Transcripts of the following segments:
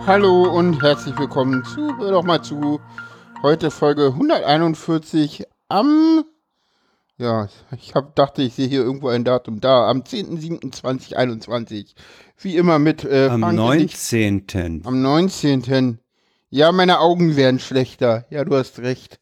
Hallo und herzlich willkommen zu Hör doch mal zu. Heute Folge 141 dachte, ich sehe hier irgendwo ein Datum da, am 10.07.2021. Wie immer mit Am Frank und ich. 19. Am 19. Ja, meine Augen werden schlechter. Ja, du hast recht.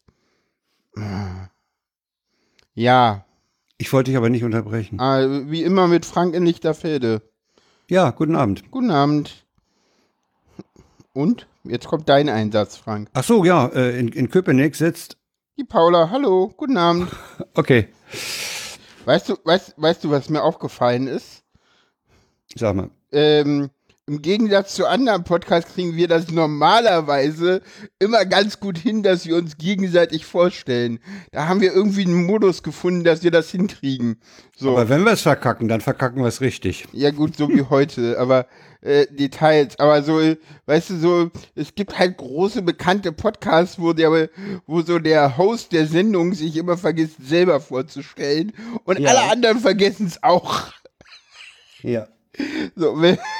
Ja. Ich wollte dich aber nicht unterbrechen. Wie immer mit Frank in Lichterfelde. Ja, guten Abend. Guten Abend. Und? Jetzt kommt dein Einsatz, Frank. Ach so, ja, in Köpenick sitzt. Die Paula, hallo, guten Abend. Okay, Weißt du, was mir aufgefallen ist? sag mal. Im Gegensatz zu anderen Podcasts kriegen wir das normalerweise immer ganz gut hin, dass wir uns gegenseitig vorstellen. Da haben wir irgendwie einen Modus gefunden, dass wir das hinkriegen. So. Aber wenn wir es verkacken, dann verkacken wir es richtig. Ja gut, so wie heute, aber Details. Aber so, weißt du, so, es gibt halt große bekannte Podcasts, wo so der Host der Sendung sich immer vergisst, selber vorzustellen. Und Ja. alle anderen vergessen es auch. Ja. So,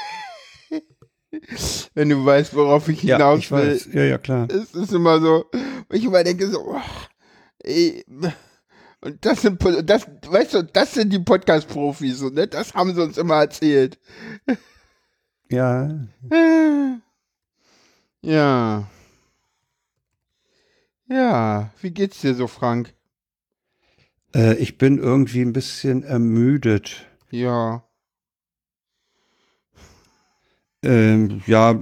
wenn du weißt, worauf ich Ja, hinaus ich will. weiß. Ja, klar. Es ist immer so, wo ich immer denke so, ey, und das sind die Podcast-Profis, so, ne? Das haben sie uns immer erzählt. Ja. Ja. Ja, wie geht's dir so, Frank? Ich bin irgendwie ein bisschen ermüdet. Ja. Ja,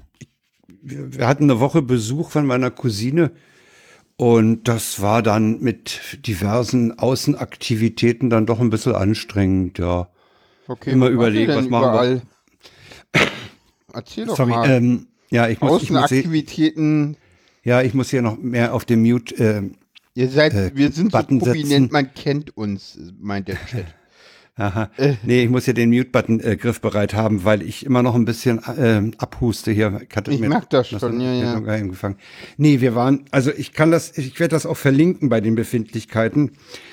wir hatten eine Woche Besuch von meiner Cousine und das war dann mit diversen Außenaktivitäten dann doch ein bisschen anstrengend, ja. Okay, Immer was überlegen, macht ihr denn was machen wir? Erzähl doch Sorry, mal. ja, ich muss Außenaktivitäten. Ja, ich muss hier noch mehr auf dem Mute Wir sind so Button prominent, setzen. man kennt uns, meint der Chat. Aha. Nee, ich muss hier den Mute-Button griffbereit haben, weil ich immer noch ein bisschen abhuste hier. Ich merk das schon, ja. Angefangen. Nee, ich werde das auch verlinken bei den Befindlichkeiten.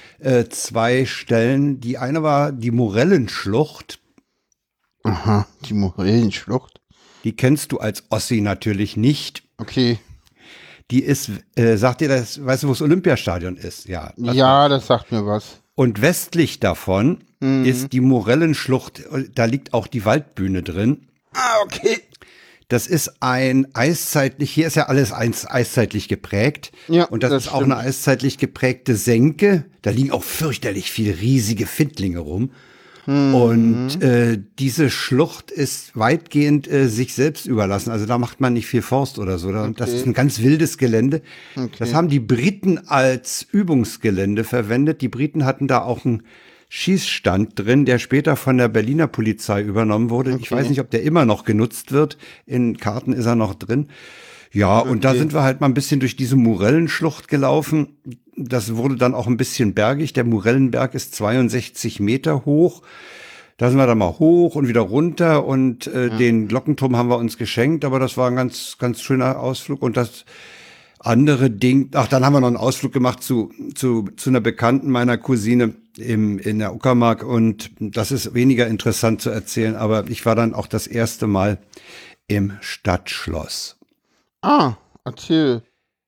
2 Stellen. Die eine war die Morellenschlucht. Aha, die Morellenschlucht. Die kennst du als Ossi natürlich nicht. Okay. Die ist, sagt dir das, weißt du, wo das Olympiastadion ist? Ja. Ja, das sagt mir was. Und westlich davon ist die Morellenschlucht, da liegt auch die Waldbühne drin. Ah, okay. Das ist hier ist ja alles eiszeitlich geprägt. Ja, und das ist auch stimmt. eine eiszeitlich geprägte Senke. Da liegen auch fürchterlich viele riesige Findlinge rum. Und diese Schlucht ist weitgehend sich selbst überlassen. Also da macht man nicht viel Forst oder so. Das ist ein ganz wildes Gelände. Okay. Das haben die Briten als Übungsgelände verwendet. Die Briten hatten da auch einen Schießstand drin, der später von der Berliner Polizei übernommen wurde. Okay. Ich weiß nicht, ob der immer noch genutzt wird. In Karten ist er noch drin. Ja, und da sind wir halt mal ein bisschen durch diese Morellenschlucht gelaufen. Das wurde dann auch ein bisschen bergig. Der Morellenberg ist 62 Meter hoch. Da sind wir dann mal hoch und wieder runter und den Glockenturm haben wir uns geschenkt, aber das war ein ganz, ganz schöner Ausflug. Und das andere Ding, dann haben wir noch einen Ausflug gemacht zu einer Bekannten meiner Cousine in der Uckermark und das ist weniger interessant zu erzählen, aber ich war dann auch das erste Mal im Stadtschloss. Ah, erzähl.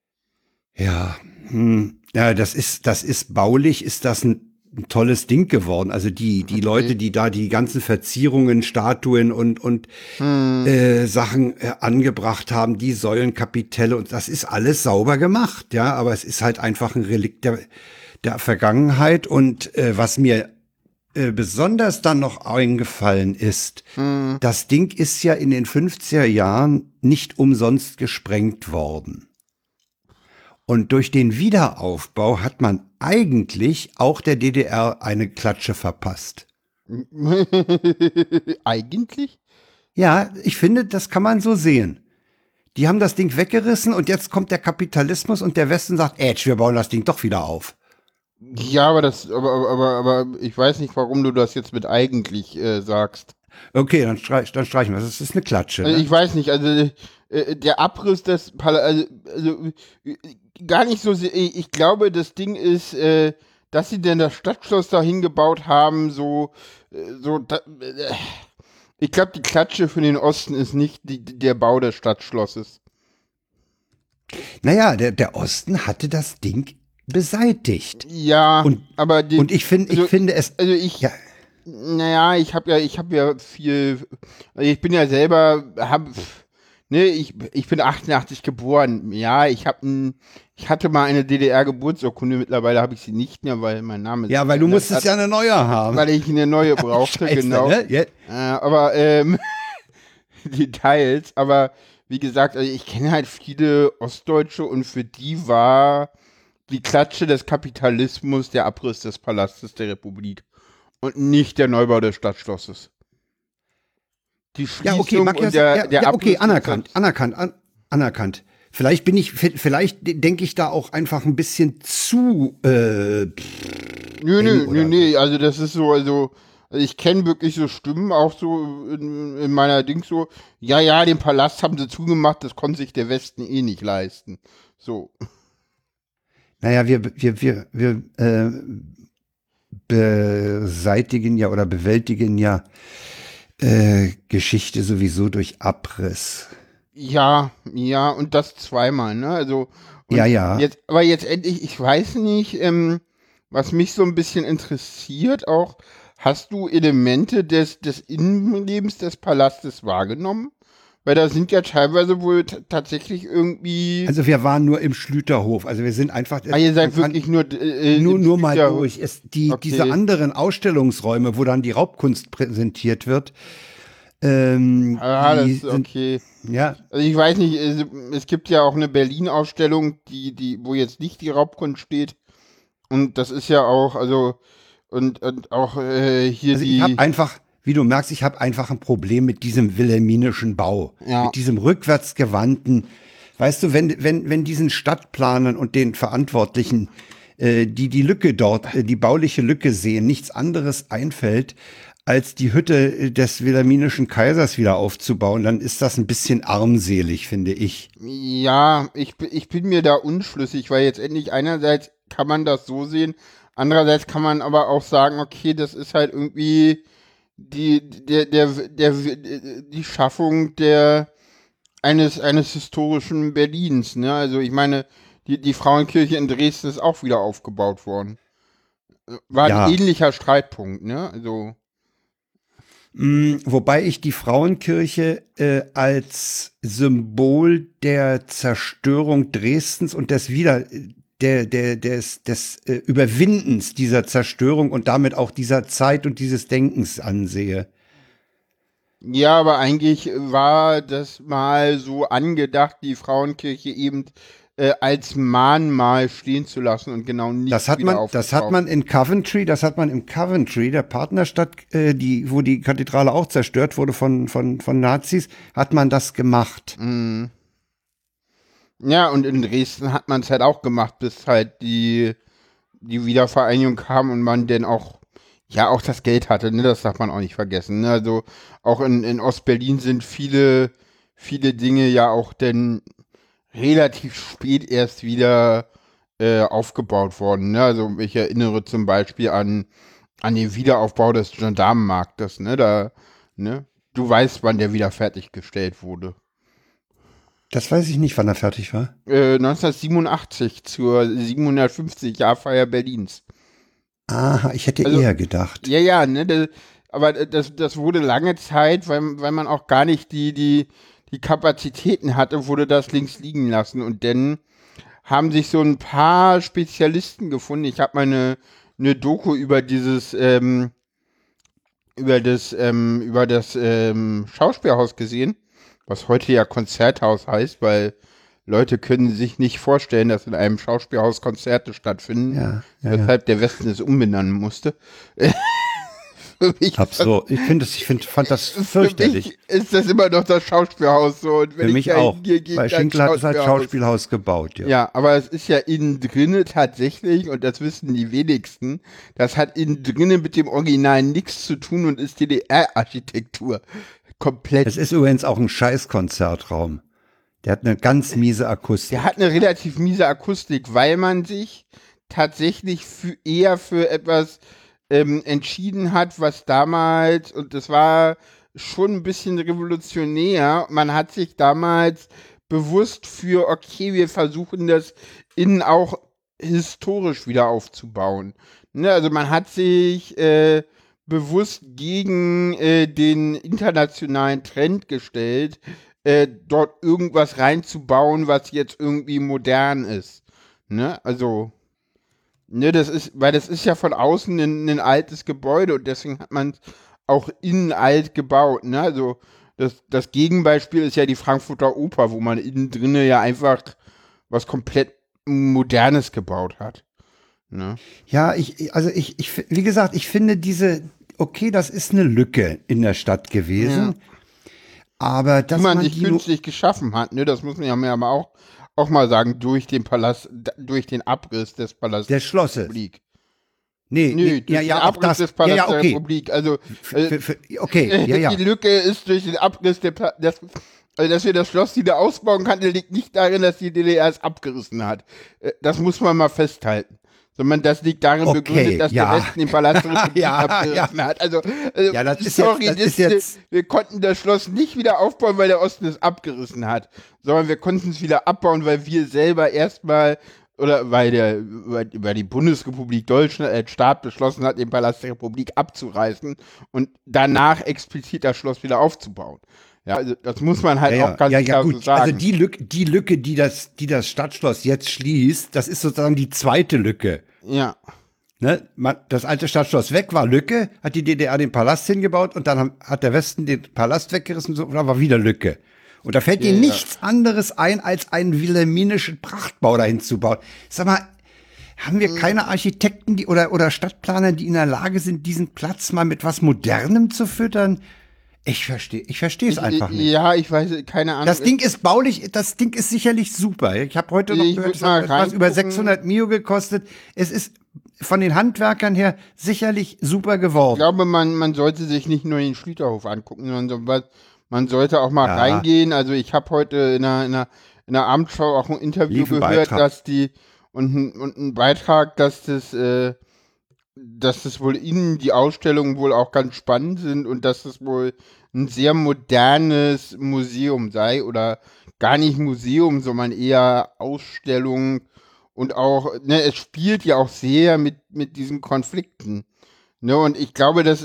Ja, ja, das ist baulich, ist das ein tolles Ding geworden. Also die Leute, die da die ganzen Verzierungen, Statuen und Sachen angebracht haben, die Säulenkapitelle und das ist alles sauber gemacht, ja, aber es ist halt einfach ein Relikt der Vergangenheit und was mir besonders dann noch eingefallen ist, das Ding ist ja in den 50er Jahren nicht umsonst gesprengt worden. Und durch den Wiederaufbau hat man eigentlich auch der DDR eine Klatsche verpasst. Eigentlich? Ja, ich finde, das kann man so sehen. Die haben das Ding weggerissen und jetzt kommt der Kapitalismus und der Westen sagt, wir bauen das Ding doch wieder auf. Ja, aber ich weiß nicht, warum du das jetzt mit eigentlich sagst. Okay, dann streichen wir. Das ist eine Klatsche. Also Ne? ich weiß nicht, also der Abriss des gar nicht so sehr, ich glaube, das Ding ist, dass sie denn das Stadtschloss da hingebaut haben, Ich glaube, die Klatsche für den Osten ist nicht der Bau des Stadtschlosses. Naja, der Osten hatte das Ding beseitigt. Ja, Und, aber und ich finde es. Also ich, Ja, naja, ich habe ja viel, also ich bin ja selber, ne, ich bin 88 geboren. Ja, ich hatte mal eine DDR-Geburtsurkunde, mittlerweile habe ich sie nicht mehr, weil mein Name ist. ja, weil du musstest ja eine neue haben. Weil ich eine neue brauchte, Scheiße, genau. ne? Ja. Aber Details, aber wie gesagt, also ich kenne halt viele Ostdeutsche und für die war die Klatsche des Kapitalismus der Abriss des Palastes der Republik und nicht der Neubau des Stadtschlosses. Die Ja, okay, Schließung mag ja, und der ja, okay, Abriss anerkannt. Vielleicht denke ich da auch einfach ein bisschen zu. Nee, also das ist so, also ich kenne wirklich so Stimmen, auch so in meiner Ding so, ja, den Palast haben sie zugemacht, das konnte sich der Westen eh nicht leisten. So. Naja, wir beseitigen ja oder bewältigen ja Geschichte sowieso durch Abriss. Ja, und das zweimal, ne? Also, und Ja. jetzt endlich, ich weiß nicht, was mich so ein bisschen interessiert auch, hast du Elemente des Innenlebens des Palastes wahrgenommen? Weil da sind ja teilweise wohl tatsächlich irgendwie. Also wir waren nur im Schlüterhof. Also wir sind einfach. Ihr seid wirklich nur nur mal durch. Okay. Diese anderen Ausstellungsräume, wo dann die Raubkunst präsentiert wird. Das ist okay. Ja. Also ich weiß nicht, es gibt ja auch eine Berlin-Ausstellung, wo jetzt nicht die Raubkunst steht. Und das ist ja auch, also, und auch hier also ich habe einfach, wie du merkst, ich habe einfach ein Problem mit diesem wilhelminischen Bau. Ja. Mit diesem rückwärtsgewandten. Weißt du, wenn diesen Stadtplanern und den Verantwortlichen, die Lücke dort, die bauliche Lücke sehen, nichts anderes einfällt, als die Hütte des wilhelminischen Kaisers wieder aufzubauen, dann ist das ein bisschen armselig, finde ich. Ja, ich bin mir da unschlüssig, weil jetzt endlich einerseits kann man das so sehen, andererseits kann man aber auch sagen, okay, das ist halt irgendwie die Schaffung eines historischen Berlins, ne? Also ich meine, die Frauenkirche in Dresden ist auch wieder aufgebaut worden. War ein ähnlicher Streitpunkt, ne? Also wobei ich die Frauenkirche als Symbol der Zerstörung Dresdens und des Überwindens dieser Zerstörung und damit auch dieser Zeit und dieses Denkens ansehe. ja, aber eigentlich war das mal so angedacht, die Frauenkirche eben als Mahnmal stehen zu lassen und genau nicht das hat man im Coventry, der Partnerstadt, wo die Kathedrale auch zerstört wurde von Nazis, hat man das gemacht. Mhm. Ja, und in Dresden hat man es halt auch gemacht, bis halt die Wiedervereinigung kam und man denn auch das Geld hatte, ne, das darf man auch nicht vergessen, ne, also auch in Ostberlin sind viele Dinge ja auch denn relativ spät erst wieder aufgebaut worden, ne, also ich erinnere zum Beispiel an den Wiederaufbau des Gendarmenmarktes, ne, du weißt, wann der wieder fertiggestellt wurde. Das weiß ich nicht, wann er fertig war. 1987 zur 750-Jahrfeier Berlins. Aha, ich hätte eher gedacht. Ja, ne, aber das wurde lange Zeit, weil man auch gar nicht die Kapazitäten hatte, wurde das links liegen lassen. Und dann haben sich so ein paar Spezialisten gefunden. Ich habe mal eine Doku über das Schauspielhaus gesehen, was heute ja Konzerthaus heißt, weil Leute können sich nicht vorstellen, dass in einem Schauspielhaus Konzerte stattfinden, weshalb der Westen es umbenennen musste. Fand das fürchterlich. Für mich ist das immer noch das Schauspielhaus so. Und wenn für mich auch. Weil Schinkel hat es als Schauspielhaus gebaut. Ja, aber es ist ja innen drinne tatsächlich, und das wissen die wenigsten, das hat innen drinne mit dem Original nichts zu tun und ist DDR-Architektur. Komplett. Es ist übrigens auch ein Scheiß-Konzertraum. Der hat eine ganz miese Akustik. Der hat eine relativ miese Akustik, weil man sich tatsächlich eher für etwas entschieden hat, was damals, und das war schon ein bisschen revolutionär. Man hat sich damals bewusst für, okay, wir versuchen das innen auch historisch wieder aufzubauen. Ne, also man hat sich bewusst gegen den internationalen Trend gestellt, dort irgendwas reinzubauen, was jetzt irgendwie modern ist. Ne, also, ne, weil das ist ja von außen ein altes Gebäude und deswegen hat man es auch innen alt gebaut. Ne, also das Gegenbeispiel ist ja die Frankfurter Oper, wo man innen drinne ja einfach was komplett Modernes gebaut hat. Ne? Ja, wie gesagt, ich finde okay, das ist eine Lücke in der Stadt gewesen, aber Die dass man man sich die nur, künstlich geschaffen hat, ne? Das muss man ja aber auch mal sagen, durch den Palast, durch den Abriss des Palastes der der Schlosses. Republik. Nee, Nö, nee, durch ja, den ja, auch Abriss das. des Ja, Palastes ja, der okay. Republik. Also, Okay, ja, ja. die Lücke ist durch den Abriss also, dass wir das Schloss wieder ausbauen konnten, liegt nicht darin, dass die DDR es abgerissen hat. Das muss man mal festhalten. Sondern das liegt darin begründet, Okay, dass der ja. Westen den Palast der Republik Ja, abgerissen hat. Also, Ja, das ist sorry, jetzt, wir konnten das Schloss nicht wieder aufbauen, weil der Osten es abgerissen hat. Sondern wir konnten es wieder abbauen, weil wir selber erstmal oder weil die Bundesrepublik Deutschland als Staat beschlossen hat, den Palast der Republik abzureißen und danach explizit das Schloss wieder aufzubauen. Ja, also das muss man halt auch ganz klar so gut. sagen. Also die Lücke, die das Stadtschloss jetzt schließt, das ist sozusagen die zweite Lücke. Ja. Ne? Das alte Stadtschloss weg war Lücke, hat die DDR den Palast hingebaut und dann hat der Westen den Palast weggerissen und dann war wieder Lücke. Und da fällt dir nichts anderes ein, als einen wilhelminischen Prachtbau dahin zu bauen. Sag mal, haben wir keine Architekten oder Stadtplaner, die in der Lage sind, diesen Platz mal mit was Modernem zu füttern? Ich verstehe es einfach nicht. Ja, ich weiß, keine Ahnung. Das Ding ist baulich, das Ding ist sicherlich super. Ich habe heute noch gehört, es hat was über 600 Mio gekostet. Es ist von den Handwerkern her sicherlich super geworden. Ich glaube, man sollte sich nicht nur den Schlüterhof angucken, sondern man sollte auch mal reingehen. Also ich habe heute in einer Abendschau auch ein Interview gehört, dass und ein Beitrag, dass das wohl innen die Ausstellungen wohl auch ganz spannend sind und dass das wohl ein sehr modernes Museum sei oder gar nicht Museum, sondern eher Ausstellung und auch, ne, es spielt ja auch sehr mit diesen Konflikten. Ne, und ich glaube, das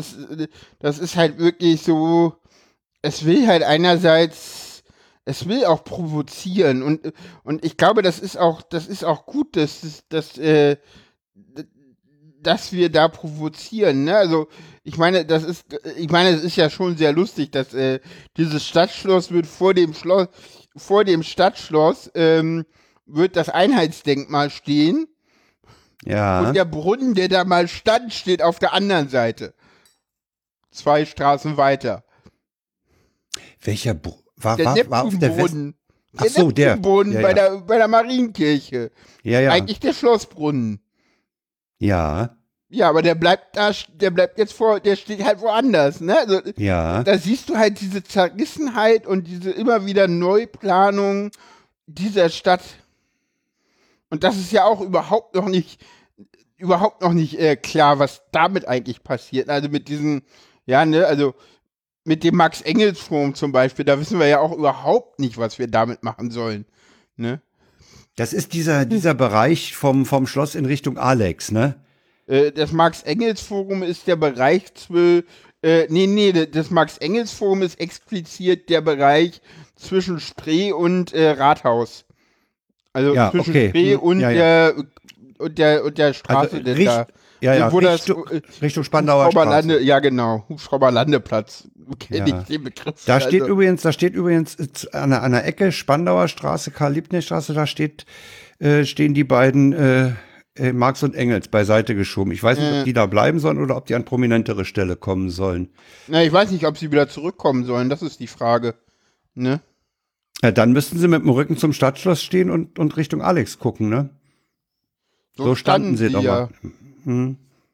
ist halt wirklich so, es will halt einerseits, es will auch provozieren und ich glaube, das ist auch gut, dass wir da provozieren, ne? Also, es ist ja schon sehr lustig, dass dieses Stadtschloss wird vor dem Stadtschloss wird das Einheitsdenkmal stehen. Ja. Und der Brunnen, der da mal stand, steht auf der anderen Seite. 2 Straßen weiter. Welcher war auf der Brunnen. Ach so, der Brunnen bei der Marienkirche. Ja, ja. Eigentlich der Schlossbrunnen. Ja. Ja, aber der bleibt jetzt der steht halt woanders, ne? Also, ja. Da siehst du halt diese Zerrissenheit und diese immer wieder Neuplanung dieser Stadt. Und das ist ja auch überhaupt noch nicht klar, was damit eigentlich passiert. Also mit diesen, ja, ne, also mit dem Max-Engels-Forum zum Beispiel, da wissen wir ja auch überhaupt nicht, was wir damit machen sollen, ne? Das ist dieser Bereich vom Schloss in Richtung Alex, ne? Das Max-Engels-Forum ist der Bereich das Max-Engels-Forum ist explizit der Bereich zwischen Spree und Rathaus. Also zwischen Spree und der Straße, Richtung Spandauer Straße. Ja, genau, Hubschrauberlandeplatz. Kenn ich den Begriff. Da steht übrigens an der Ecke Spandauer Straße, Karl-Liebknecht-Straße, da stehen die beiden Marx und Engels beiseite geschoben. Ich weiß nicht, ob die da bleiben sollen oder ob die an prominentere Stelle kommen sollen. Na, ich weiß nicht, ob sie wieder zurückkommen sollen, das ist die Frage. Ne? Ja, dann müssten sie mit dem Rücken zum Stadtschloss stehen und Richtung Alex gucken, ne? So standen sie doch mal. Hm.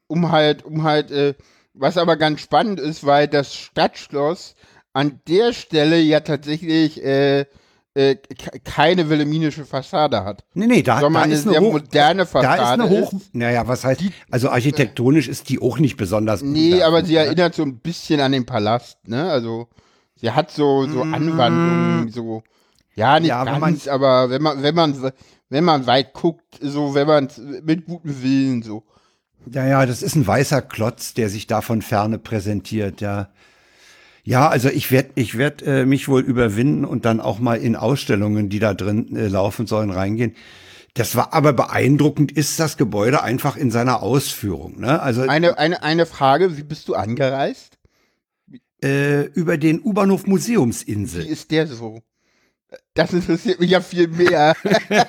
Was aber ganz spannend ist, weil das Stadtschloss an der Stelle ja tatsächlich keine wilhelminische Fassade hat. Nee, da sondern ist eine sehr moderne Fassade. Da ist eine naja, was heißt, also architektonisch ist die auch nicht besonders gut. Nee, aber sie erinnert so ein bisschen an den Palast, ne? Also sie hat so Anwandlungen, so, ja, nicht ganz, aber wenn man weit guckt, so, wenn man mit gutem Willen, so. Ja, das ist ein weißer Klotz, der sich da von Ferne präsentiert, ja. Ja, also ich werd mich wohl überwinden und dann auch mal in Ausstellungen, die da drin laufen sollen, reingehen. Das war aber beeindruckend, ist das Gebäude einfach in seiner Ausführung, ne? Also eine Frage, wie bist du angereist? Über den U-Bahnhof Museumsinsel. Wie ist der so? Das interessiert mich ja viel mehr.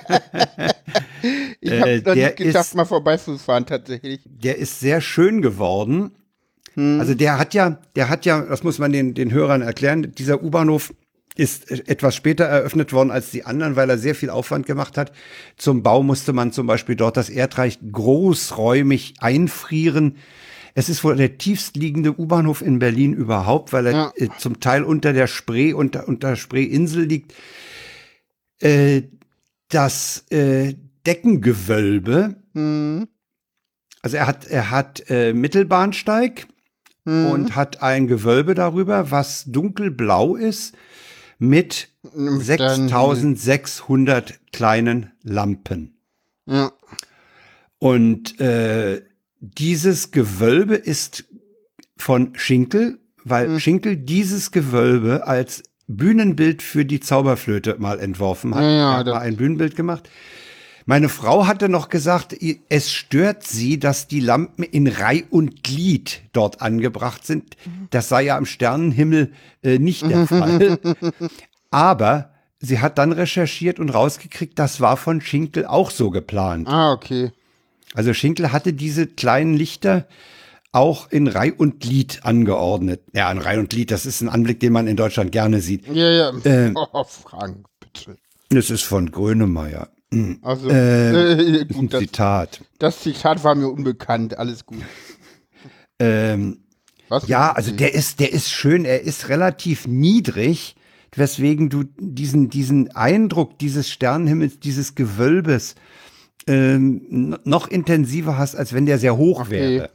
Ich habe noch nicht gedacht, mal vorbeizufahren tatsächlich. Der ist sehr schön geworden. Also der hat ja, das muss man den Hörern erklären, dieser U-Bahnhof ist etwas später eröffnet worden als die anderen, weil er sehr viel Aufwand gemacht hat. Zum Bau musste man zum Beispiel dort das Erdreich großräumig einfrieren. Es ist wohl der tiefstliegende U-Bahnhof in Berlin überhaupt, weil er zum Teil unter der Spree, unter Spreeinsel liegt. Das Deckengewölbe, also er hat Mittelbahnsteig und hat ein Gewölbe darüber, was dunkelblau ist, mit 6600 kleinen Lampen. Ja. Und dieses Gewölbe ist von Schinkel, weil Schinkel dieses Gewölbe als Bühnenbild für die Zauberflöte mal entworfen hat. Er hat mal ein Bühnenbild gemacht. Meine Frau hatte noch gesagt, es stört sie, dass die Lampen in Reih und Glied dort angebracht sind. Das sei ja am Sternenhimmel nicht der Fall. Aber sie hat dann recherchiert und rausgekriegt, das war von Schinkel auch so geplant. Ah, okay. Also Schinkel hatte diese kleinen Lichter auch in Reih und Glied angeordnet. Ja, in Reih und Glied, das ist ein Anblick, den man in Deutschland gerne sieht. Ja. Frank, bitte. Das ist von Grönemeyer. Also, gut, ein Zitat. Das Zitat war mir unbekannt, alles gut. Ja, also der ist schön, er ist relativ niedrig, weswegen du diesen Eindruck dieses Sternenhimmels, dieses Gewölbes noch intensiver hast, als wenn der sehr hoch wäre.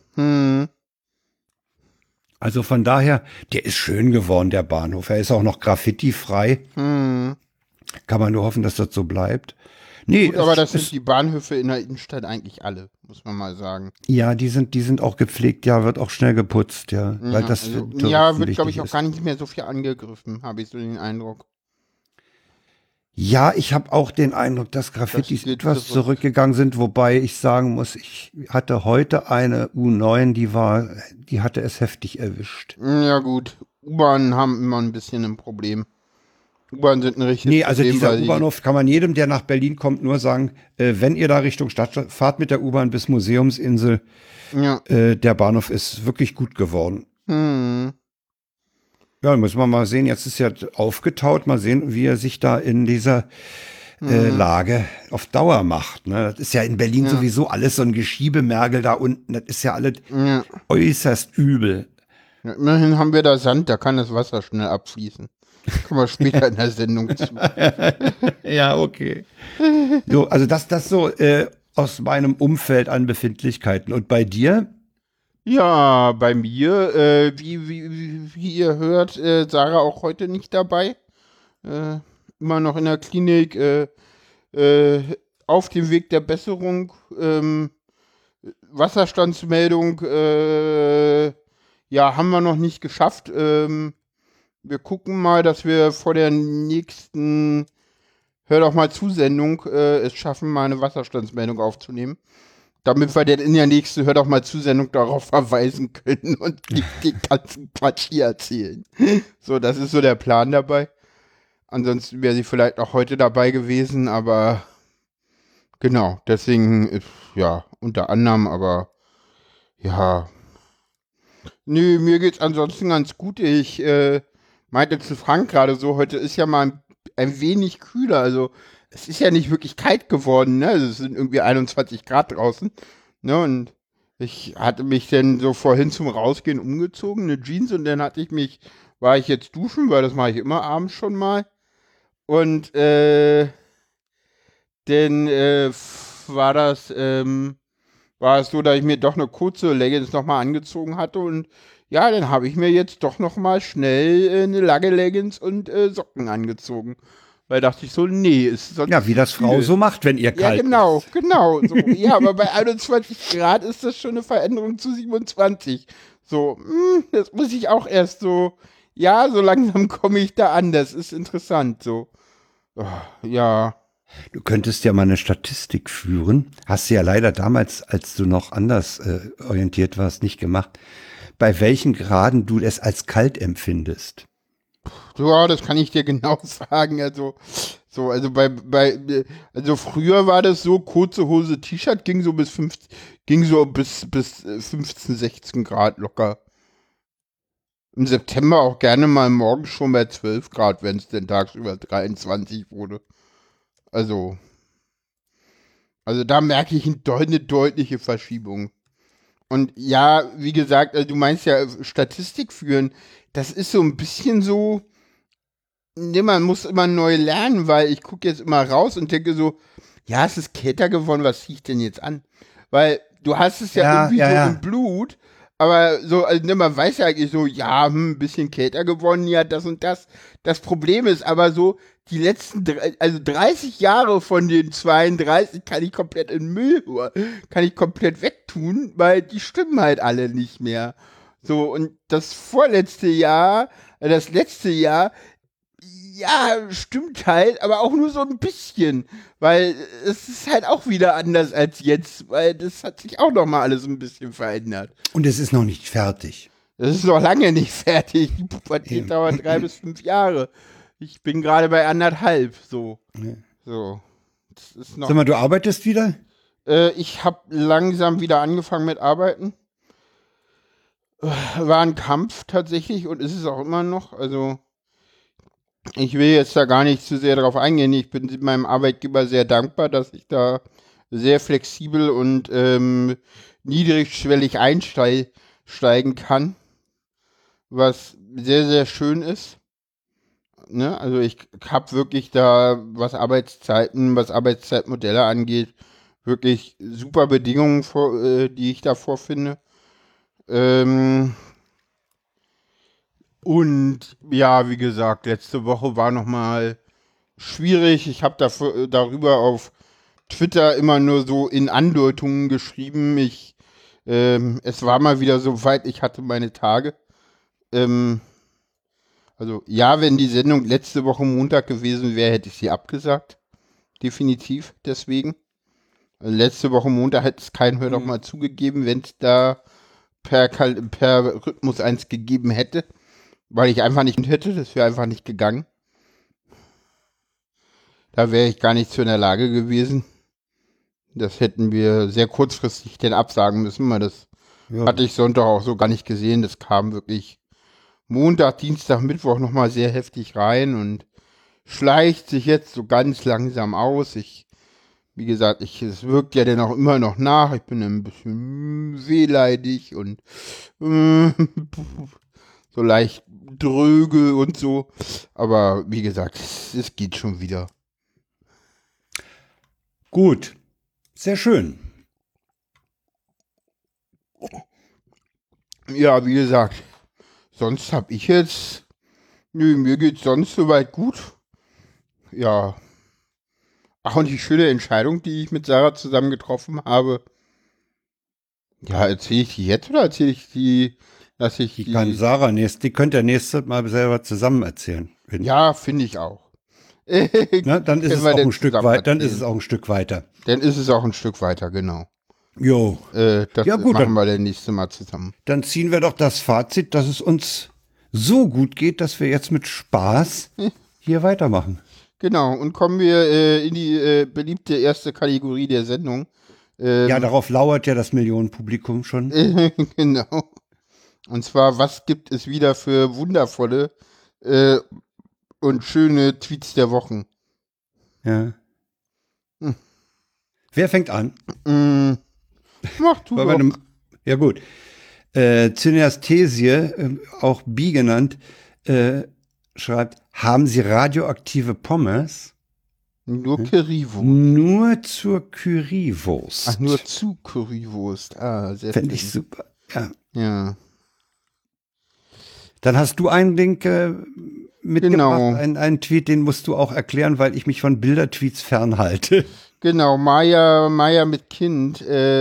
Also von daher, der ist schön geworden, der Bahnhof. Er ist auch noch graffiti-frei. Kann man nur hoffen, dass das so bleibt. Nee, gut, aber das sind die Bahnhöfe in der Innenstadt eigentlich alle, muss man mal sagen. Ja, die sind auch gepflegt, ja, wird auch schnell geputzt, ja. Weil das wird, glaube ich, auch gar nicht mehr so viel angegriffen, habe ich so den Eindruck. Ja, ich habe auch den Eindruck, dass Graffitis etwas zurückgegangen sind, wobei ich sagen muss, ich hatte heute eine U9, die hatte es heftig erwischt. Ja gut, U-Bahnen haben immer ein bisschen ein Problem. U-Bahnen sind ein richtiges also Problem, dieser U-Bahnhof kann man jedem, der nach Berlin kommt, nur sagen, wenn ihr da Richtung Stadt fahrt mit der U-Bahn bis Museumsinsel, der Bahnhof ist wirklich gut geworden. Ja, muss man mal sehen, jetzt ist ja aufgetaut, mal sehen, wie er sich da in dieser Lage auf Dauer macht. Ne? Das ist ja in Berlin sowieso alles so ein Geschiebemergel da unten, das ist ja alles äußerst übel. Ja, immerhin haben wir da Sand, da kann das Wasser schnell abfließen. Kommen wir später in der Sendung zu. Ja, okay. So, also das so aus meinem Umfeld an Befindlichkeiten. Und bei dir? Ja, bei mir, wie ihr hört, Sarah auch heute nicht dabei. Immer noch in der Klinik, auf dem Weg der Besserung. Wasserstandsmeldung, haben wir noch nicht geschafft. Wir gucken mal, dass wir vor der nächsten Hör doch mal Zusendung es schaffen, mal eine Wasserstandsmeldung aufzunehmen. Damit wir dann in der nächsten Hör doch mal Zusendung darauf verweisen können und den ganzen Quatsch hier erzählen. So, das ist so der Plan dabei. Ansonsten wäre sie vielleicht auch heute dabei gewesen, aber genau, deswegen, unter anderem, aber ja. Nö, mir geht's ansonsten ganz gut. Ich meinte zu Frank gerade so, heute ist ja mal ein wenig kühler, also es ist ja nicht wirklich kalt geworden, ne? Also es sind irgendwie 21 Grad draußen, ne? Und ich hatte mich dann so vorhin zum Rausgehen umgezogen, eine Jeans, und dann war ich jetzt duschen, weil das mache ich immer abends schon mal. Und dann war es so, dass ich mir doch eine kurze Leggings nochmal angezogen hatte und ja, dann habe ich mir jetzt doch nochmal schnell eine lange Leggings und Socken angezogen. Weil dachte ich so, nee, ist sonst Ja, wie das Frau kühl. so macht, wenn ihr Ja, kalt genau, ist. genau. So. Ja, aber bei 21 Grad ist das schon eine Veränderung zu 27. So, das muss ich auch erst so, ja, so langsam komme ich da an. Das ist interessant. So, oh, ja. Du könntest ja mal eine Statistik führen. Hast du ja leider damals, als du noch anders orientiert warst, nicht gemacht. Bei welchen Graden du es als kalt empfindest. Ja, das kann ich dir genau sagen. Also also früher war das so, kurze Hose, T-Shirt ging so bis 15, 16 Grad locker. Im September auch gerne mal morgens schon bei 12 Grad, wenn es denn tagsüber 23 wurde. Also, also da merke ich eine deutliche Verschiebung. Und ja, wie gesagt, also du meinst ja Statistik führen, das ist so ein bisschen so, ne, man muss immer neu lernen, weil ich gucke jetzt immer raus und denke so, ja, es ist kälter geworden, was ziehe ich denn jetzt an? Weil du hast es ja Ja, irgendwie ja, so ja. im Blut, aber so, also ne, man weiß ja eigentlich so, ja, ein bisschen kälter geworden, ja, das und das. Das Problem ist aber so, die letzten, also 30 Jahre von den 32 kann ich komplett in Müll, kann ich komplett wegtun, weil die stimmen halt alle nicht mehr. So, und das letzte Jahr, ja, stimmt halt, aber auch nur so ein bisschen, weil es ist halt auch wieder anders als jetzt, weil das hat sich auch noch mal alles ein bisschen verändert. Und es ist noch nicht fertig. Das ist noch lange nicht fertig. Die Pubertät Eben. dauert 3 bis 5 Jahre. Ich bin gerade bei 1,5, so. Ja. So. Das ist noch. Sag mal, du arbeitest wieder? Ich habe langsam wieder angefangen mit Arbeiten. War ein Kampf tatsächlich und ist es auch immer noch. Also ich will jetzt da gar nicht zu sehr drauf eingehen. Ich bin meinem Arbeitgeber sehr dankbar, dass ich da sehr flexibel und niedrigschwellig einsteigen kann, was sehr, sehr schön ist. Ne? Also ich habe wirklich da, was Arbeitszeitmodelle angeht, wirklich super Bedingungen, die ich da vorfinde. Und ja, wie gesagt, letzte Woche war nochmal schwierig. Ich habe darüber auf Twitter immer nur so in Andeutungen geschrieben. Es war mal wieder so weit, ich hatte meine Tage. Ähm, also ja, wenn die Sendung letzte Woche Montag gewesen wäre, hätte ich sie abgesagt. Definitiv, deswegen. Also letzte Woche Montag hätte es kein Hör doch mal zugegeben, wenn es da per Rhythmus eins gegeben hätte. Weil ich einfach nicht hätte, das wäre einfach nicht gegangen. Da wäre ich gar nicht zu in der Lage gewesen. Das hätten wir sehr kurzfristig denn absagen müssen, weil das Ja. hatte ich Sonntag auch so gar nicht gesehen. Das kam wirklich Montag, Dienstag, Mittwoch nochmal sehr heftig rein und schleicht sich jetzt so ganz langsam aus. Wie gesagt, es wirkt ja dann auch immer noch nach. Ich bin ein bisschen wehleidig und so leicht dröge und so. Aber wie gesagt, es geht schon wieder. Gut. Sehr schön. Ja, wie gesagt, sonst habe ich jetzt, nö, mir geht's sonst soweit gut. Ja. Ach, und die schöne Entscheidung, die ich mit Sarah zusammen getroffen habe. Ja, erzähle ich die jetzt oder lasse ich Die kann Sarah die könnt ihr nächstes Mal selber zusammen erzählen. Ja, finde ich auch. Na, dann ist es auch ein Stück weiter. Dann ist es auch ein Stück weiter. Dann ist es auch ein Stück weiter, genau. Jo. Das Ja, gut, machen wir das nächste Mal zusammen. Dann ziehen wir doch das Fazit, dass es uns so gut geht, dass wir jetzt mit Spaß hier weitermachen. Genau, und kommen wir in die beliebte erste Kategorie der Sendung. Ja, darauf lauert ja das Millionenpublikum schon. Genau. Und zwar, was gibt es wieder für wundervolle und schöne Tweets der Wochen? Ja. Wer fängt an? Mach du doch. Ja gut. Synästhesie, auch Bi genannt, schreibt, haben sie radioaktive Pommes. Nur Currywurst. Nur zur Currywurst. Ach, nur zu Currywurst. Ah, sehr Fände ich super. Ja. Ja. Dann hast du einen Link mitgebracht, Genau. einen Tweet, den musst du auch erklären, weil ich mich von Bildertweets fernhalte. Genau, Maya mit Kind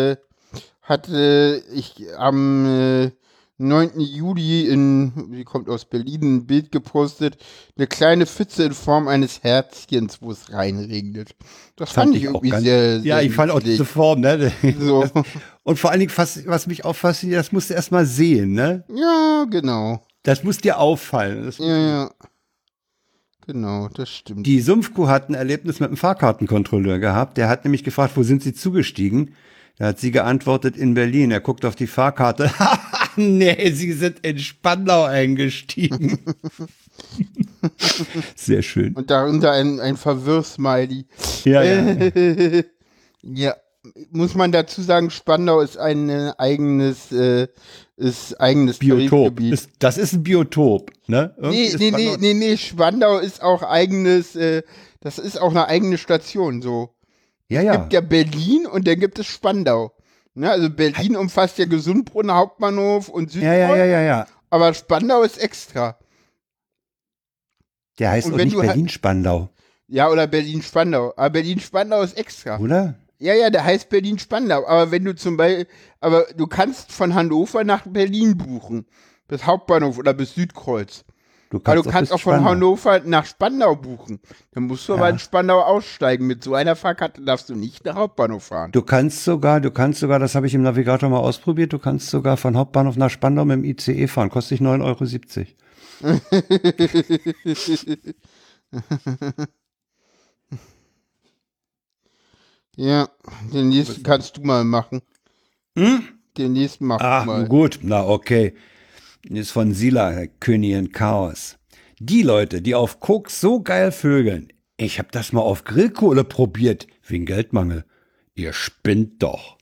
hatte ich am 9. Juli sie kommt aus Berlin, ein Bild gepostet, eine kleine Pfütze in Form eines Herzchens, wo es reinregnet. Das fand ich irgendwie sehr ja, ich fand auch diese Form, ne? So. Und vor allen Dingen, was mich auch fasziniert, das musst du erst mal sehen, ne? Ja, genau. Das muss dir auffallen. Ja. Genau, das stimmt. Die Sumpfkuh hat ein Erlebnis mit einem Fahrkartenkontrolleur gehabt. Der hat nämlich gefragt, wo sind Sie zugestiegen? Da hat sie geantwortet, in Berlin. Er guckt auf die Fahrkarte. Nee, Sie sind in Spandau eingestiegen. Sehr schön. Und darunter ein Verwirr-Smiley. Ja, ja. Ja, muss man dazu sagen, Spandau ist ein eigenes Biotop. Tarifgebiet. Das ist ein Biotop, ne? Nee, Spandau ist auch eigenes, das ist auch eine eigene Station, so. Ja, Es ja. gibt ja Berlin und dann gibt es Spandau. Ne, also Berlin umfasst ja Gesundbrunnen, Hauptbahnhof und Südkreuz, Ja. aber Spandau ist extra. Der heißt Und auch wenn nicht du Berlin-Spandau, Ja, oder Berlin-Spandau. Aber Berlin-Spandau ist extra. oder? Ja, der heißt Berlin-Spandau. Aber wenn du aber du kannst von Hannover nach Berlin buchen. Bis Hauptbahnhof oder bis Südkreuz. Aber du kannst auch von Spandau. Hannover nach Spandau buchen. Dann musst du aber in Spandau aussteigen. Mit so einer Fahrkarte darfst du nicht nach Hauptbahnhof fahren. Du kannst sogar, das habe ich im Navigator mal ausprobiert, du kannst sogar von Hauptbahnhof nach Spandau mit dem ICE fahren. Kostet dich 9,70 €. Ja, den nächsten kannst du mal machen. Den nächsten mach du mal. Gut, na okay. Ist von Sila, Königin Chaos. Die Leute, die auf Koks so geil vögeln, ich hab das mal auf Grillkohle probiert, wegen Geldmangel. Ihr spinnt doch.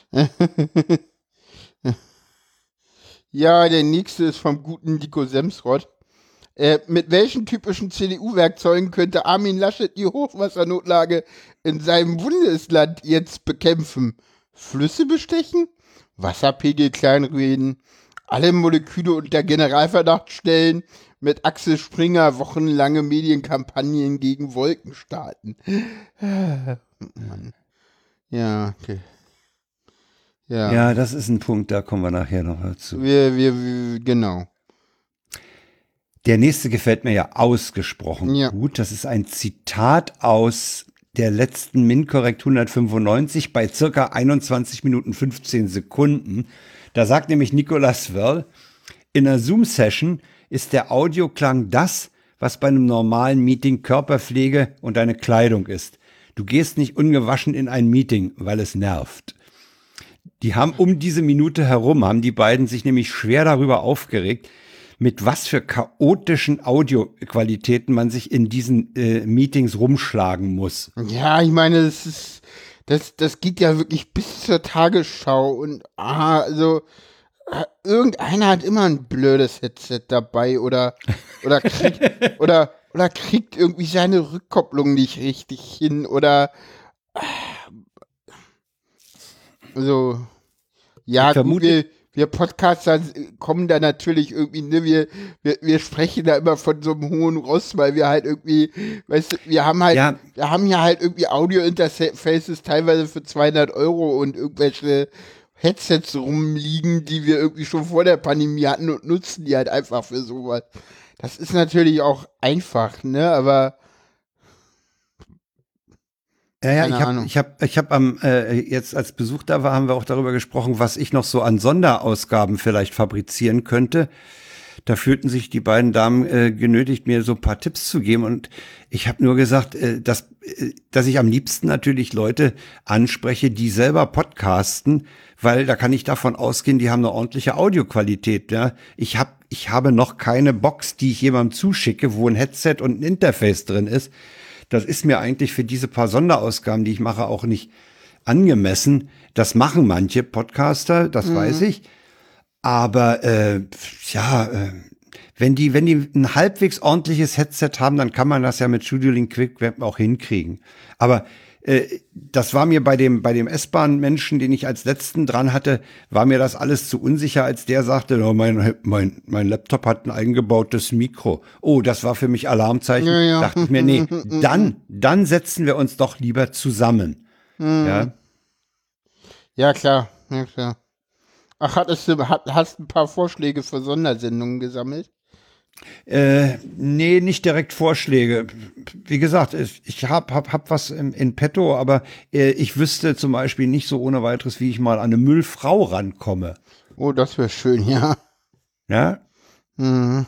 Ja, der nächste ist vom guten Nico Semsrott. Mit welchen typischen CDU-Werkzeugen könnte Armin Laschet die Hochwassernotlage in seinem Bundesland jetzt bekämpfen? Flüsse bestechen? Wasserpegel kleinreden? Alle Moleküle unter Generalverdacht stellen? Mit Axel Springer wochenlange Medienkampagnen gegen Wolken starten? Mann. Ja, okay. Ja, das ist ein Punkt, da kommen wir nachher noch dazu. Genau. Der nächste gefällt mir ja ausgesprochen gut. Das ist ein Zitat aus der letzten MINT-Korrekt 195 bei circa 21 Minuten 15 Sekunden. Da sagt nämlich Nicolas Wörl, in einer Zoom-Session ist der Audioklang das, was bei einem normalen Meeting Körperpflege und deine Kleidung ist. Du gehst nicht ungewaschen in ein Meeting, weil es nervt. Die haben um diese Minute herum, haben die beiden sich nämlich schwer darüber aufgeregt, mit was für chaotischen Audioqualitäten man sich in diesen Meetings rumschlagen muss. Ja, ich meine, das geht ja wirklich bis zur Tagesschau und irgendeiner hat immer ein blödes Headset dabei oder kriegt irgendwie seine Rückkopplung nicht richtig hin oder so. Ja, gut, wir Podcaster kommen da natürlich irgendwie, ne, wir sprechen da immer von so einem hohen Ross, weil wir halt irgendwie, weißt du, wir haben ja halt irgendwie Audio-Interfaces teilweise für 200 € und irgendwelche Headsets rumliegen, die wir irgendwie schon vor der Pandemie hatten und nutzen die halt einfach für sowas. Das ist natürlich auch einfach, ne, aber Ja, ich hab jetzt als Besuch da war, haben wir auch darüber gesprochen, was ich noch so an Sonderausgaben vielleicht fabrizieren könnte. Da fühlten sich die beiden Damen genötigt, mir so ein paar Tipps zu geben. Und ich habe nur gesagt, dass ich am liebsten natürlich Leute anspreche, die selber podcasten, weil da kann ich davon ausgehen, die haben eine ordentliche Audioqualität. Ja? Ich habe noch keine Box, die ich jemandem zuschicke, wo ein Headset und ein Interface drin ist. Das ist mir eigentlich für diese paar Sonderausgaben, die ich mache, auch nicht angemessen. Das machen manche Podcaster, das weiß ich. Aber wenn die ein halbwegs ordentliches Headset haben, dann kann man das ja mit Studio Link Quick Web auch hinkriegen. Aber das war mir bei dem S-Bahn-Menschen, den ich als letzten dran hatte, war mir das alles zu unsicher, als der sagte, oh, mein Laptop hat ein eingebautes Mikro. Oh, das war für mich Alarmzeichen. Ja. Dachte ich mir, nee, dann setzen wir uns doch lieber zusammen. Ja. Ja, klar. Ach, hast ein paar Vorschläge für Sondersendungen gesammelt? Nee, nicht direkt Vorschläge. Wie gesagt, ich hab was in petto, aber ich wüsste zum Beispiel nicht so ohne weiteres, wie ich mal an eine Müllfrau rankomme. Oh, das wäre schön, ja. Ja? Mhm.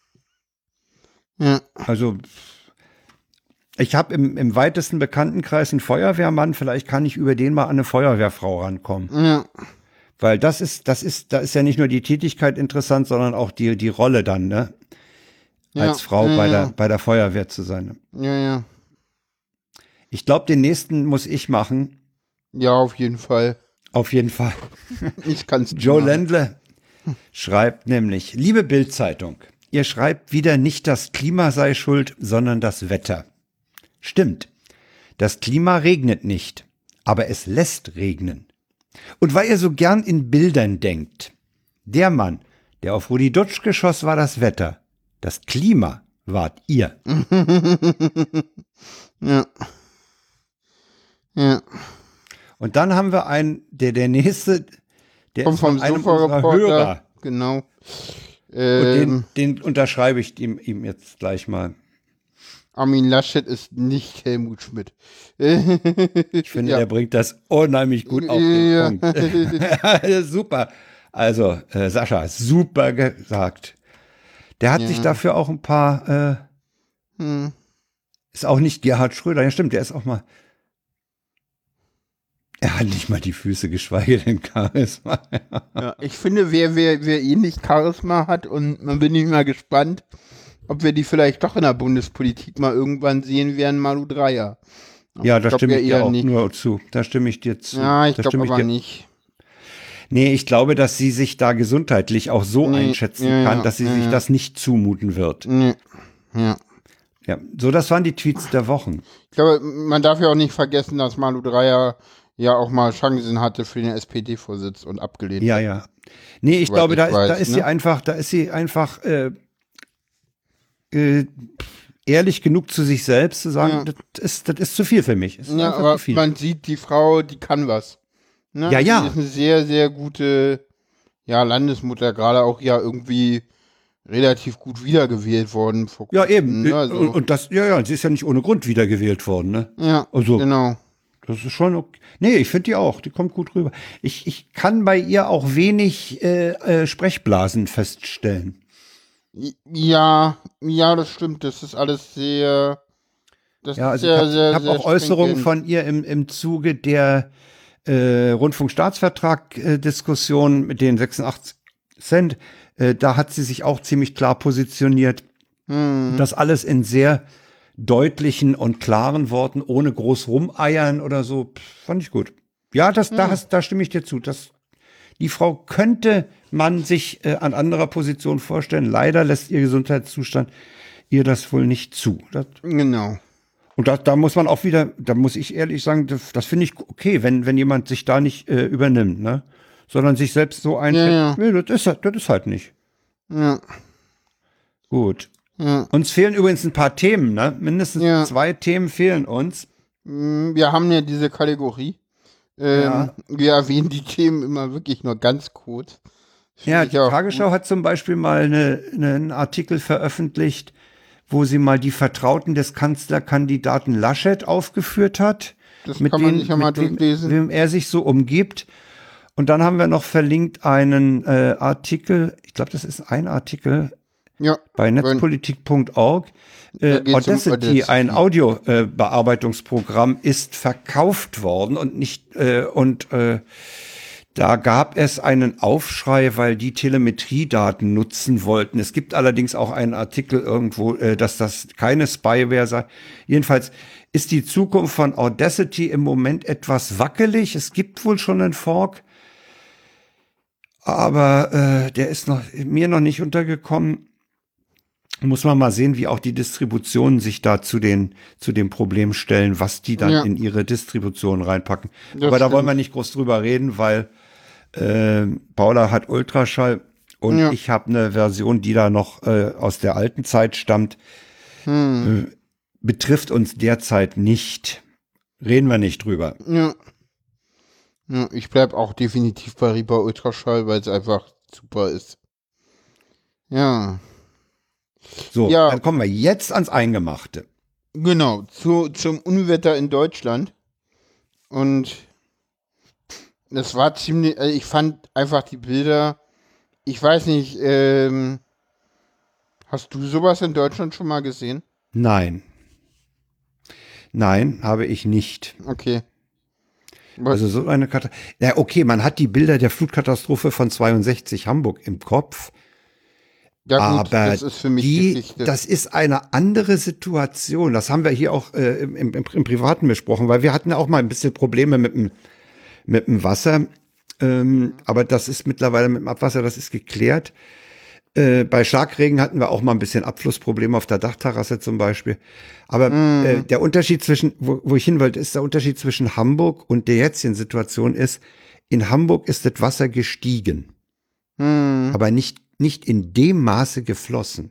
Ja. Also, ich habe im weitesten Bekanntenkreis einen Feuerwehrmann, vielleicht kann ich über den mal an eine Feuerwehrfrau rankommen. Ja. Weil da ist ja nicht nur die Tätigkeit interessant, sondern auch die Rolle dann, ne? Als Frau bei der Feuerwehr zu sein. Ja. Ich glaube, den nächsten muss ich machen. Ja, auf jeden Fall. Auf jeden Fall. Ich kann's Joe Ländle schreibt nämlich, liebe Bild-Zeitung, ihr schreibt wieder, nicht das Klima sei schuld, sondern das Wetter. Stimmt. Das Klima regnet nicht, aber es lässt regnen. Und weil ihr so gern in Bildern denkt, der Mann, der auf Rudi Dutsch geschoss, war das Wetter. Das Klima wart ihr. Ja. Und dann haben wir der nächste, der kommt ist von vom einem unserer Sofa-Reporter. Hörer. Genau. Und den unterschreibe ich ihm jetzt gleich mal. Armin Laschet ist nicht Helmut Schmidt. Ich finde, der bringt das unheimlich gut auf den Punkt. Super. Also, Sascha, super gesagt. Der hat sich dafür auch ein paar, ist auch nicht Gerhard Schröder, ja stimmt, der ist auch mal, er hat nicht mal die Füße, geschweige denn Charisma. Ja, ich finde, wer ähnlich Charisma hat, und man bin ich mal gespannt, ob wir die vielleicht doch in der Bundespolitik mal irgendwann sehen werden, Malu Dreyer. Ja, da stimme ich dir auch nur zu. Da stimme ich dir zu. Ja, ich glaube aber nicht. Nee, ich glaube, dass sie sich da gesundheitlich auch so einschätzen kann, dass sie sich das nicht zumuten wird. Nee. Ja. Ja, so, das waren die Tweets der Wochen. Ich glaube, man darf ja auch nicht vergessen, dass Malu Dreyer ja auch mal Chancen hatte für den SPD-Vorsitz und abgelehnt. Ja. Nee, ich glaube, da ist sie einfach ehrlich genug zu sich selbst zu sagen, das ist zu viel für mich. Ja, aber man sieht, die Frau, die kann was. Ne? Ja. Die ist eine sehr, sehr gute Landesmutter, gerade auch irgendwie relativ gut wiedergewählt worden. Ja, eben. Ne? Also. Und das, sie ist ja nicht ohne Grund wiedergewählt worden. Ne? Ja, also, genau. Das ist schon okay. Nee, ich finde die auch. Die kommt gut rüber. Ich kann bei ihr auch wenig Sprechblasen feststellen. Ja, das stimmt. Das ist alles sehr. Ich habe auch Äußerungen von ihr im Zuge der Rundfunkstaatsvertrag-Diskussion mit den 86 Cent. Da hat sie sich auch ziemlich klar positioniert. Das alles in sehr deutlichen und klaren Worten, ohne groß rumeiern oder so. Fand ich gut. Ja, da stimme ich dir zu. Die Frau könnte man sich an anderer Position vorstellen. Leider lässt ihr Gesundheitszustand ihr das wohl nicht zu. Genau. Und da muss man auch wieder, da muss ich ehrlich sagen, das finde ich okay, wenn jemand sich da nicht übernimmt, ne? Sondern sich selbst so einschätzt. Nee, das ist halt nicht. Ja. Gut. Ja. Uns fehlen übrigens ein paar Themen, ne? Mindestens 2 Themen fehlen uns. Wir haben ja diese Kategorie. Wir erwähnen die Themen immer wirklich nur ganz kurz. Ja, die Tagesschau hat zum Beispiel mal einen Artikel veröffentlicht, wo sie mal die Vertrauten des Kanzlerkandidaten Laschet aufgeführt hat. Das kann man sich ja mal durchlesen. Wem er sich so umgibt. Und dann haben wir noch verlinkt einen Artikel, ich glaube, das ist ein Artikel bei netzpolitik.org. Audacity, ein Audiobearbeitungsprogramm, ist verkauft worden und da gab es einen Aufschrei, weil die Telemetriedaten nutzen wollten. Es gibt allerdings auch einen Artikel irgendwo, dass das keine Spyware sei. Jedenfalls ist die Zukunft von Audacity im Moment etwas wackelig. Es gibt wohl schon einen Fork, aber der ist mir noch nicht untergekommen. Muss man mal sehen, wie auch die Distributionen sich da zu dem Problem stellen, was die dann in ihre Distribution reinpacken. Aber da wollen wir nicht groß drüber reden, weil Paula hat Ultraschall und ich habe eine Version, die da noch aus der alten Zeit stammt. Betrifft uns derzeit nicht. Reden wir nicht drüber. Ja, ich bleib auch definitiv bei Reaper Ultraschall, weil es einfach super ist. Ja. So, dann kommen wir jetzt ans Eingemachte. Genau, zum Unwetter in Deutschland. Und das war ziemlich, ich fand einfach die Bilder, ich weiß nicht, hast du sowas in Deutschland schon mal gesehen? Nein, habe ich nicht. Okay. Also so eine Katastrophe. Ja, okay, man hat die Bilder der Flutkatastrophe von 62 Hamburg im Kopf. Ja, gut, aber das ist für mich das ist eine andere Situation. Das haben wir hier auch im Privaten besprochen, weil wir hatten ja auch mal ein bisschen Probleme mit dem Wasser. Aber das ist mittlerweile mit dem Abwasser, das ist geklärt. Bei Starkregen hatten wir auch mal ein bisschen Abflussprobleme auf der Dachterrasse zum Beispiel. Aber der Unterschied zwischen, wo ich hin wollte, ist der Unterschied zwischen Hamburg und der jetzigen Situation ist, in Hamburg ist das Wasser gestiegen. Aber nicht in dem Maße geflossen.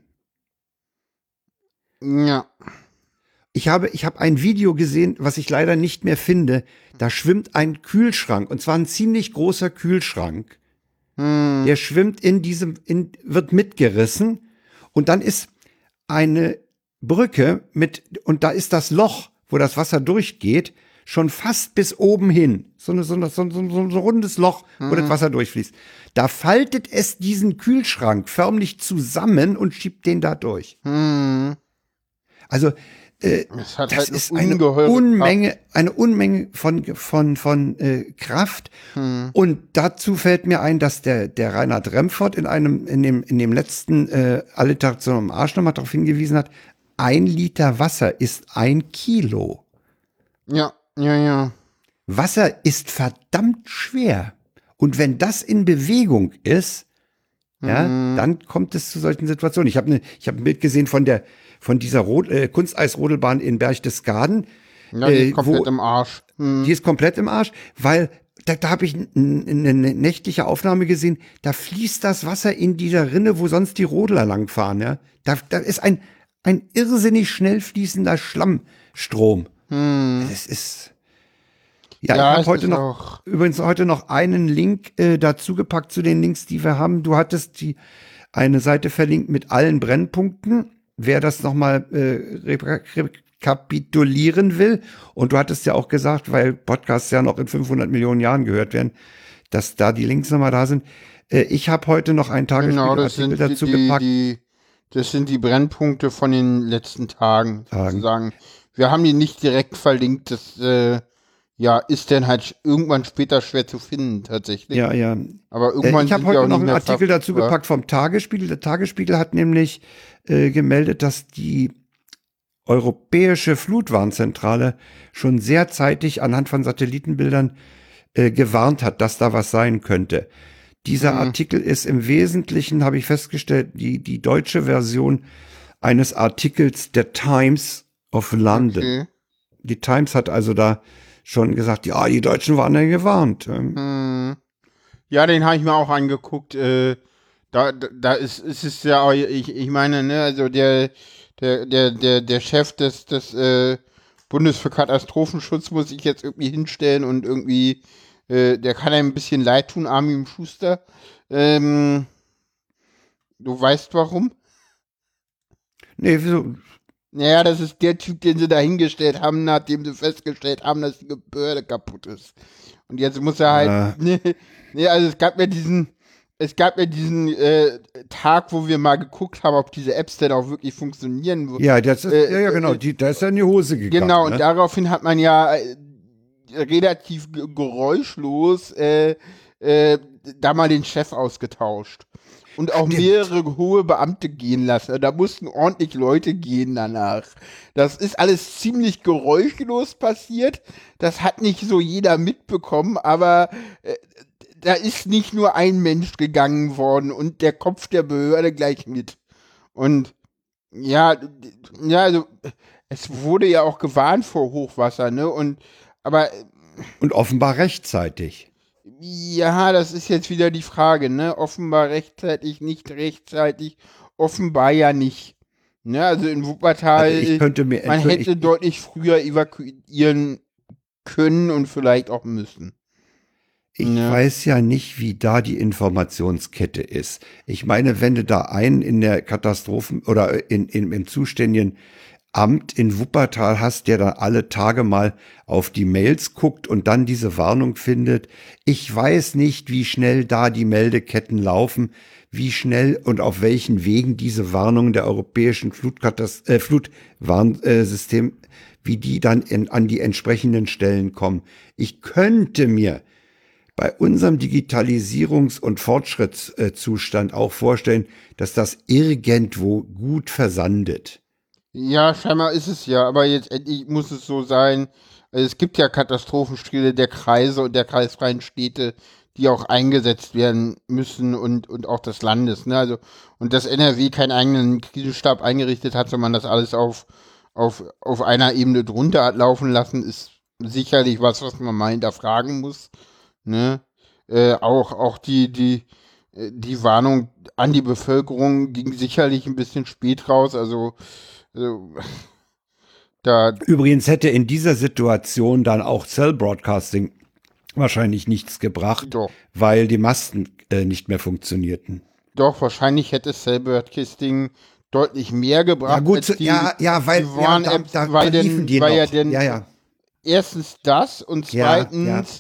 Ja. Ich habe ein Video gesehen, was ich leider nicht mehr finde. Da schwimmt ein Kühlschrank, und zwar ein ziemlich großer Kühlschrank. Der schwimmt wird mitgerissen, und dann ist eine Brücke und da ist das Loch, wo das Wasser durchgeht, schon fast bis oben hin. So ein rundes Loch, wo das Wasser durchfließt. Da faltet es diesen Kühlschrank förmlich zusammen und schiebt den da durch. Also, das ist eine Unmenge von Kraft. Und dazu fällt mir ein, dass der Reinhard Remford in dem letzten Alliteration am Arsch nochmal darauf hingewiesen hat, 1 Liter Wasser ist 1 Kilo. Ja. Wasser ist verdammt schwer. Und wenn das in Bewegung ist, dann kommt es zu solchen Situationen. Ich habe ein Bild gesehen von dieser Kunsteisrodelbahn in Berchtesgaden. Ja, die ist komplett im Arsch. Die ist komplett im Arsch, weil da habe ich eine nächtliche Aufnahme gesehen, da fließt das Wasser in dieser Rinne, wo sonst die Rodler langfahren. Ja? Da ist ein irrsinnig schnell fließender Schlammstrom. Das ist... Ja, ich habe heute noch einen Link dazu gepackt zu den Links, die wir haben. Du hattest eine Seite verlinkt mit allen Brennpunkten. Wer das nochmal rekapitulieren will. Und du hattest ja auch gesagt, weil Podcasts ja noch in 500 Millionen Jahren gehört werden, dass da die Links nochmal da sind. Ich habe heute noch einen Tagesspiegelartikel dazu gepackt. Das sind die Brennpunkte von den letzten Tagen. Sozusagen. Wir haben die nicht direkt verlinkt. Das ist dann halt irgendwann später schwer zu finden, tatsächlich. Ja. Aber irgendwann ich habe heute noch einen Artikel dazu gepackt vom Tagesspiegel. Der Tagesspiegel hat nämlich gemeldet, dass die Europäische Flutwarnzentrale schon sehr zeitig anhand von Satellitenbildern gewarnt hat, dass da was sein könnte. Dieser Artikel ist im Wesentlichen, habe ich festgestellt, die deutsche Version eines Artikels der Times of London. Okay. Die Times hat also da schon gesagt, ja, die Deutschen waren ja gewarnt. Ja, den habe ich mir auch angeguckt. Da ist es ja, ich meine, ne, also der Chef des Bundes für Katastrophenschutz muss sich jetzt irgendwie hinstellen und irgendwie, der kann einem ein bisschen leid tun, Armin Schuster. Du weißt warum? Nee, wieso? Naja, das ist der Typ, den sie da hingestellt haben, nachdem sie festgestellt haben, dass die Behörde kaputt ist. Und jetzt muss er halt, also es gab ja diesen Tag, wo wir mal geguckt haben, ob diese Apps denn auch wirklich funktionieren. Ja, das ist, genau, da ist ja in die Hose gegangen. Genau, und daraufhin hat man ja relativ geräuschlos da mal den Chef ausgetauscht. Und auch mehrere hohe Beamte gehen lassen. Da mussten ordentlich Leute gehen danach. Das ist alles ziemlich geräuschlos passiert. Das hat nicht so jeder mitbekommen, aber da ist nicht nur ein Mensch gegangen worden und der Kopf der Behörde gleich mit. Und ja, also es wurde ja auch gewarnt vor Hochwasser, ne? Aber Und offenbar rechtzeitig. ja, das ist jetzt wieder die Frage, ne? Offenbar rechtzeitig, nicht rechtzeitig, offenbar ja nicht. Ne? Also in Also ich Wuppertal, könnte mir, man entschuldigung, hätte deutlich früher evakuieren können und vielleicht auch müssen. ich Ne? weiß ja nicht, wie da die Informationskette ist. Ich meine, wenn du da einen in der Katastrophen- oder im zuständigen Amt in Wuppertal hast, der dann alle Tage mal auf die Mails guckt und dann diese Warnung findet. Ich weiß nicht, wie schnell da die Meldeketten laufen, wie schnell und auf welchen Wegen diese Warnungen der europäischen Flutwarnsystem, wie die dann an die entsprechenden Stellen kommen. Ich könnte mir bei unserem Digitalisierungs- und Fortschrittszustand auch vorstellen, dass das irgendwo gut versandet. Ja, scheinbar ist es ja, aber jetzt endlich muss es so sein. Also es gibt ja Katastrophenstile der Kreise und der kreisfreien Städte, die auch eingesetzt werden müssen und auch des Landes. Ne? Also, und dass NRW keinen eigenen Krisenstab eingerichtet hat, sondern das alles auf einer Ebene drunter hat laufen lassen, ist sicherlich was man mal hinterfragen muss. Ne? Auch die Warnung an die Bevölkerung ging sicherlich ein bisschen spät raus. Also da, Übrigens hätte in dieser Situation dann auch Cell Broadcasting wahrscheinlich nichts gebracht, doch, weil die Masten nicht mehr funktionierten. doch, wahrscheinlich hätte Cellbird-Kisting deutlich mehr Ja gebracht gut, als weil die ja, da, Warn-Apps, da, da liefen die weil ja noch. denn Ja, ja, erstens das und ja. zweitens,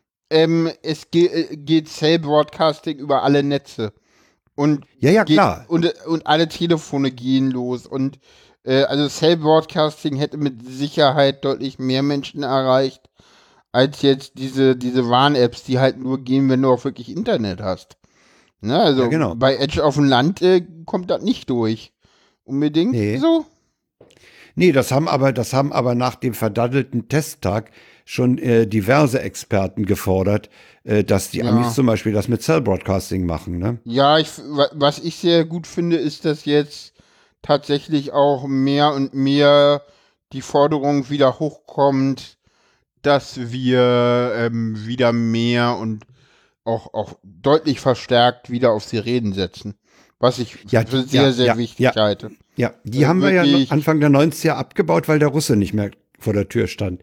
geht Cell-Broadcasting über alle Netze. Und Ja, ja, geht klar. und alle Telefone gehen los und also Cell Broadcasting hätte mit Sicherheit deutlich mehr Menschen erreicht als jetzt diese Warn-Apps, die halt nur gehen, wenn du auch wirklich Internet hast. Ne, Ja, also genau. bei Edge auf dem Land kommt das nicht durch. Unbedingt Nee. so. Nee, das haben aber nach dem verdattelten Testtag schon diverse Experten gefordert, dass die Amis Ja. zum Beispiel das mit Cell Broadcasting machen, ne? Ja, was ich sehr gut finde, ist, dass jetzt tatsächlich auch mehr und mehr die Forderung wieder hochkommt, dass wir wieder mehr und auch deutlich verstärkt wieder auf Sirenen setzen. Was ich Ja, für sehr, sehr wichtig halte. ja, die haben wir ja Wirklich, Anfang der 90er abgebaut, weil der Russe nicht mehr vor der Tür stand.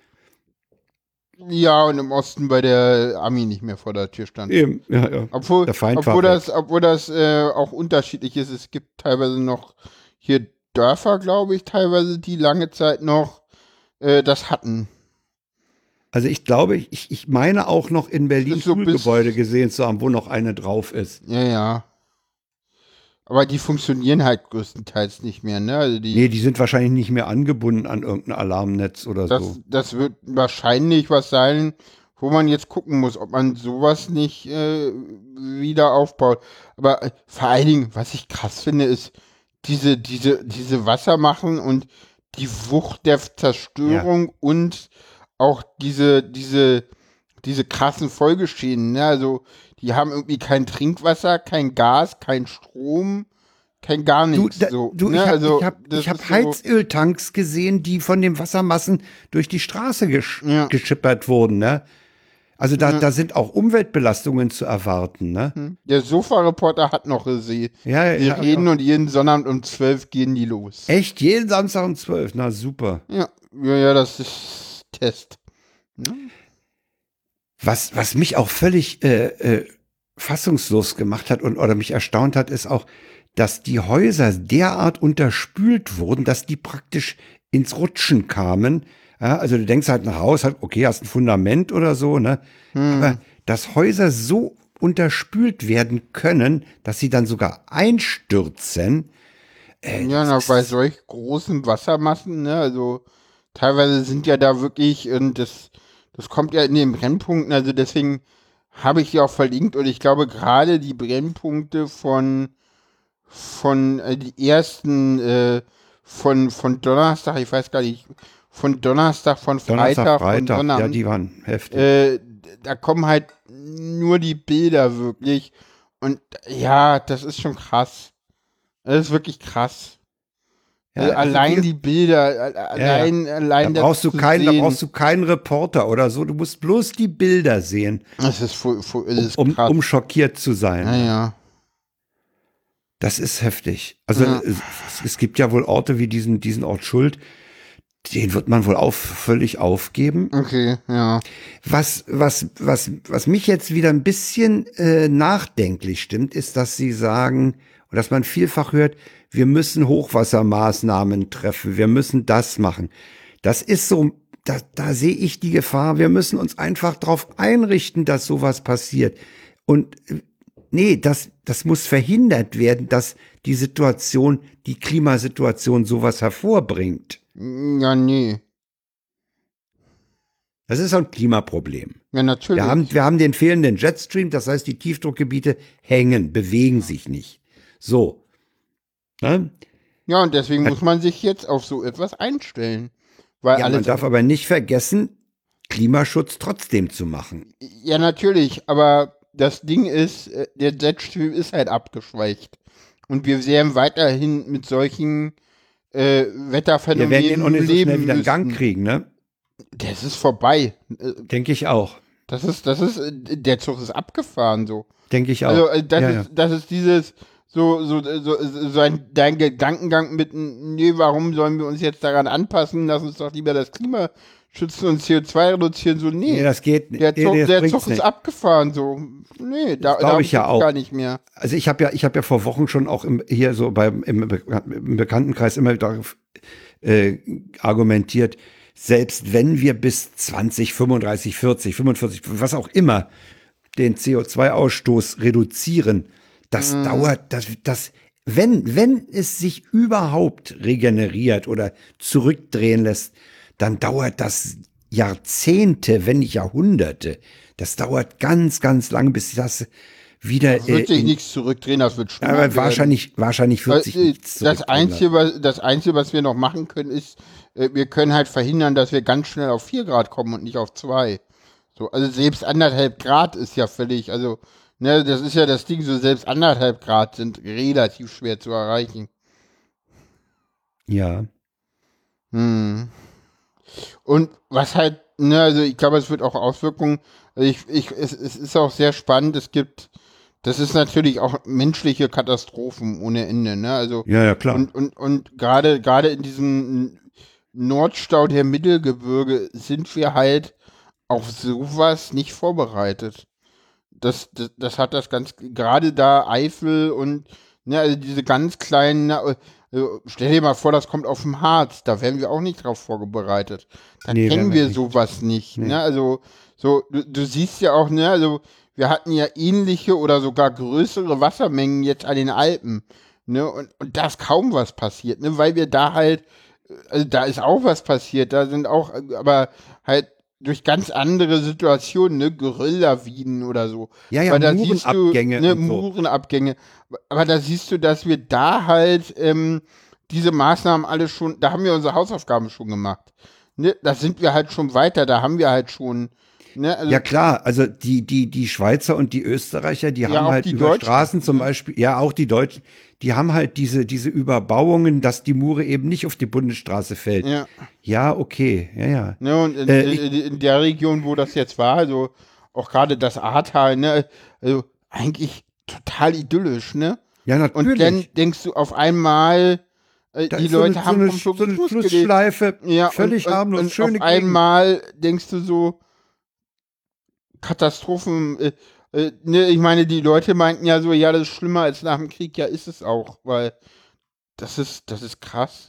ja, und im Osten bei der Army nicht mehr vor der Tür stand. Eben, ja, ja. Obwohl, Der Feind war obwohl weg. das, obwohl das auch unterschiedlich ist. Es gibt teilweise noch hier Dörfer, glaube ich, teilweise, die lange Zeit noch das hatten. Also ich glaube, ich meine auch noch in Berlin Ist so Schulgebäude bis, gesehen zu haben, wo noch eine drauf ist. ja, ja. Aber die funktionieren halt größtenteils nicht mehr, ne? Also Nee, die sind wahrscheinlich nicht mehr angebunden an irgendein Alarmnetz oder so. das wird wahrscheinlich was sein, wo man jetzt gucken muss, ob man sowas nicht wieder aufbaut. Aber vor allen Dingen, was ich krass finde, ist diese Wassermachen und die Wucht der Ja. Zerstörung und auch diese krassen Folgeschäden. Ne? Also die haben irgendwie kein Trinkwasser, kein Gas, kein Strom, kein gar nichts. So, ne? Ich Also hab, das ich hab ist so, Heizöltanks gesehen, die von den Wassermassen durch die Straße ja. geschippert wurden, ne? Also Ja. da sind auch Umweltbelastungen zu erwarten, ne? Der Sofa-Reporter hat noch Ja, sie ja, reden ja. und jeden Sonnabend um 12 gehen die los. Echt? Jeden Samstag um 12? Na super. Ja, das ist Test. Ne? Was mich auch völlig fassungslos gemacht hat oder mich erstaunt hat, ist auch, dass die Häuser derart unterspült wurden, dass die praktisch ins Rutschen kamen. Ja, also du denkst halt nach Haus, halt, okay, hast ein Fundament oder so, ne? Aber dass Häuser so unterspült werden können, dass sie dann sogar einstürzen, Ja, na, bei solch großen Wassermassen, ne, also teilweise sind ja da wirklich, und das kommt ja in den Brennpunkten, also deswegen habe ich die auch verlinkt und ich glaube gerade die Brennpunkte von die ersten von Donnerstag, ich weiß gar nicht, von Donnerstag, von Donnerstag, Freitag, von Freitag, ja, Sonnabend, die waren heftig. da kommen halt nur die Bilder wirklich und ja, das ist schon krass. Das ist wirklich krass. Ja, allein die Bilder, allein da brauchst du keinen Reporter oder so. Du musst bloß die Bilder sehen, das ist krass. um schockiert zu sein. Ja. Das ist heftig. Also es gibt ja wohl Orte wie diesen Ort Schuld, den wird man wohl völlig aufgeben. Okay, ja. Was mich jetzt wieder ein bisschen nachdenklich stimmt, ist, dass sie sagen, und dass man vielfach hört, wir müssen Hochwassermaßnahmen treffen, wir müssen das machen. Das ist so, da sehe ich die Gefahr, wir müssen uns einfach darauf einrichten, dass sowas passiert. Und nee, das muss verhindert werden, dass die Klimasituation sowas hervorbringt. Ja, nee. Das ist ein Klimaproblem. Ja, natürlich. Wir haben den fehlenden Jetstream, das heißt, die Tiefdruckgebiete hängen, bewegen sich nicht. So. Ne? Ja, und deswegen muss man sich jetzt auf so etwas einstellen. Weil man darf aber nicht vergessen, Klimaschutz trotzdem zu machen. Ja, natürlich, aber das Ding ist, der Jetstream ist halt abgeschwächt. Und wir werden weiterhin mit solchen Wetterphänomenen wir werden ihn auch nicht so leben schnell wieder in müssen. Gang kriegen, ne? Das ist vorbei. Denke ich auch. Der Zug ist abgefahren, so. Denke ich auch. Also, das ist dieses, dein Gedankengang mit, nee, warum sollen wir uns jetzt daran anpassen? Lass uns doch lieber das Klima schützen und CO2 reduzieren. So, nee. Das geht nicht. Der Zug ist abgefahren, so. Nee, da glaube ich ja auch gar nicht mehr. Also ich habe ja vor Wochen schon auch hier so im Bekanntenkreis immer darauf argumentiert, selbst wenn wir bis 20, 35, 40, 45, was auch immer, den CO2-Ausstoß reduzieren, das dauert, wenn es sich überhaupt regeneriert oder zurückdrehen lässt, dann dauert das Jahrzehnte, wenn nicht Jahrhunderte. Das dauert ganz, ganz lang, bis das wieder. Das wird sich nichts zurückdrehen, das wird schlimmer. Aber wahrscheinlich wird sich nichts zurückdrehen. Das Einzige, was wir noch machen können, ist, wir können halt verhindern, dass wir ganz schnell auf 4 Grad kommen und nicht auf 2. So, also selbst 1,5 Grad ist ja völlig, also, ne, das ist ja das Ding, so selbst 1,5 Grad sind relativ schwer zu erreichen. Ja. Und was halt, ne, also ich glaube, es wird auch Auswirkungen, also es ist auch sehr spannend, das ist natürlich auch menschliche Katastrophen ohne Ende, ne, also. Ja, klar. Und gerade in diesem Nordstau der Mittelgebirge sind wir halt auf sowas nicht vorbereitet. Das hat das gerade da Eifel und, ne, also diese ganz kleinen, also stell dir mal vor, das kommt auf dem Harz, da wären wir auch nicht drauf vorbereitet. Da kennen wir sowas nicht, ne, also, so, du siehst ja auch, ne, also, wir hatten ja ähnliche oder sogar größere Wassermengen jetzt an den Alpen, ne, und da ist kaum was passiert, ne, weil wir da halt, also da ist auch was passiert, da sind auch, aber halt durch ganz andere Situationen, ne, Gerölllawinen oder so. Ja, aber da Murenabgänge. Siehst du, ne, Murenabgänge. Aber da siehst du, dass wir da halt diese Maßnahmen alle schon, da haben wir unsere Hausaufgaben schon gemacht. Ne, da sind wir halt schon weiter, da haben wir halt schon. Ne, also, ja klar, also die Schweizer und die Österreicher, die haben halt über Deutschen. Straßen zum Beispiel, ja auch die Deutschen, die haben halt diese Überbauungen, dass die Mure eben nicht auf die Bundesstraße fällt. Ja, okay, ja. Ne, und in der Region, wo das jetzt war, also auch gerade das Ahrtal, ne, also eigentlich total idyllisch, ne? Ja, natürlich. Und dann denkst du auf einmal, die Leute haben so eine Flussschleife, völlig harmlos, schöne auf einmal denkst du so, Katastrophen, ne, ich meine, die Leute meinten ja so, ja, das ist schlimmer als nach dem Krieg, ja, ist es auch, weil das ist krass.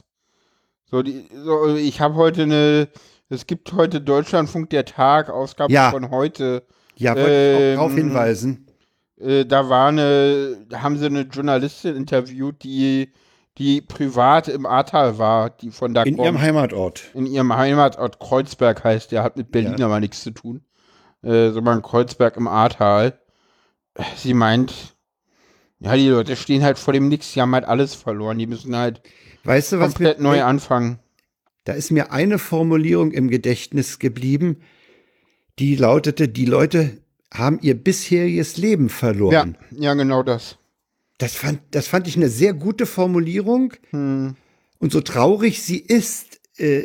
Ich habe heute es gibt heute Deutschlandfunk der Tag, Ausgabe von heute. Ja, wollte ich auch darauf hinweisen. Da haben sie eine Journalistin interviewt, die privat im Ahrtal war, die von da kommt. Ihrem Heimatort. In ihrem Heimatort Kreuzberg heißt, der hat mit Berlin aber nichts zu tun. Sondern Kreuzberg im Ahrtal. Sie meint, ja, die Leute stehen halt vor dem Nix, die haben halt alles verloren, die müssen halt komplett neu anfangen. Da ist mir eine Formulierung im Gedächtnis geblieben, die lautete, die Leute haben ihr bisheriges Leben verloren. Ja, genau das. Das fand ich eine sehr gute Formulierung. Und so traurig sie ist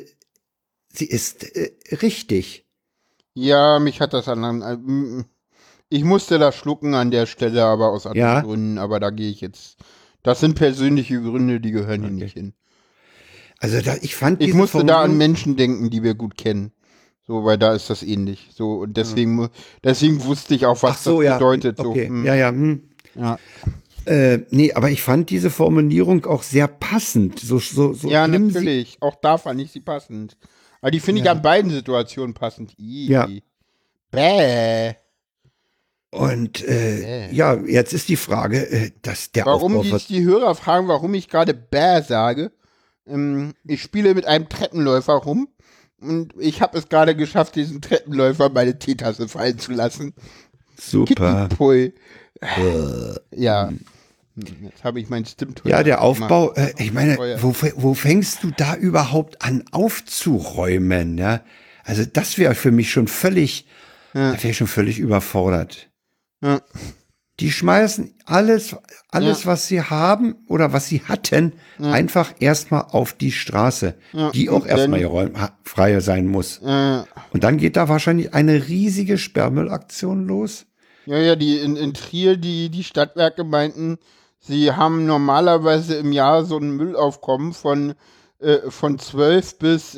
richtig. Ja, mich hat das an. Ich musste das schlucken an der Stelle, aber aus anderen Ja, Gründen. Aber da gehe ich jetzt. Das sind persönliche Gründe, die gehören hier nicht hin. also ich fand Ich diese musste da an Formulierung, Menschen denken, die wir gut kennen. So, weil da ist das ähnlich. So, und deswegen wusste ich auch, was ach so, das ja, bedeutet. So, okay, ja. ja. Nee, aber ich fand diese Formulierung auch sehr passend. So Ja, schlimm natürlich. Auch da fand ich sie passend. Aber die finde ich Ja. an beiden Situationen passend. Ja. Bäh. Und ja, jetzt ist die Frage, dass der Warum Aufbau jetzt die Hörer fragen, warum ich gerade bäh sage. Ich spiele mit einem Treppenläufer rum und ich habe es gerade geschafft, diesen Treppenläufer meine Teetasse fallen zu lassen. super. Pui. Ja. Jetzt habe ich meinen Stimmton. Ja, der Aufbau, ich meine, Feuer. wo fängst du da überhaupt an aufzuräumen? Ja? Also das wäre für mich schon völlig, da wäre ich schon völlig überfordert. Ja. Die schmeißen alles, was sie haben oder was sie hatten, einfach erstmal auf die Straße, die auch erstmal frei sein muss. Und dann geht da wahrscheinlich eine riesige Sperrmüllaktion los. Ja, die in Trier, die Stadtwerke meinten, sie haben normalerweise im Jahr so ein Müllaufkommen von 12 bis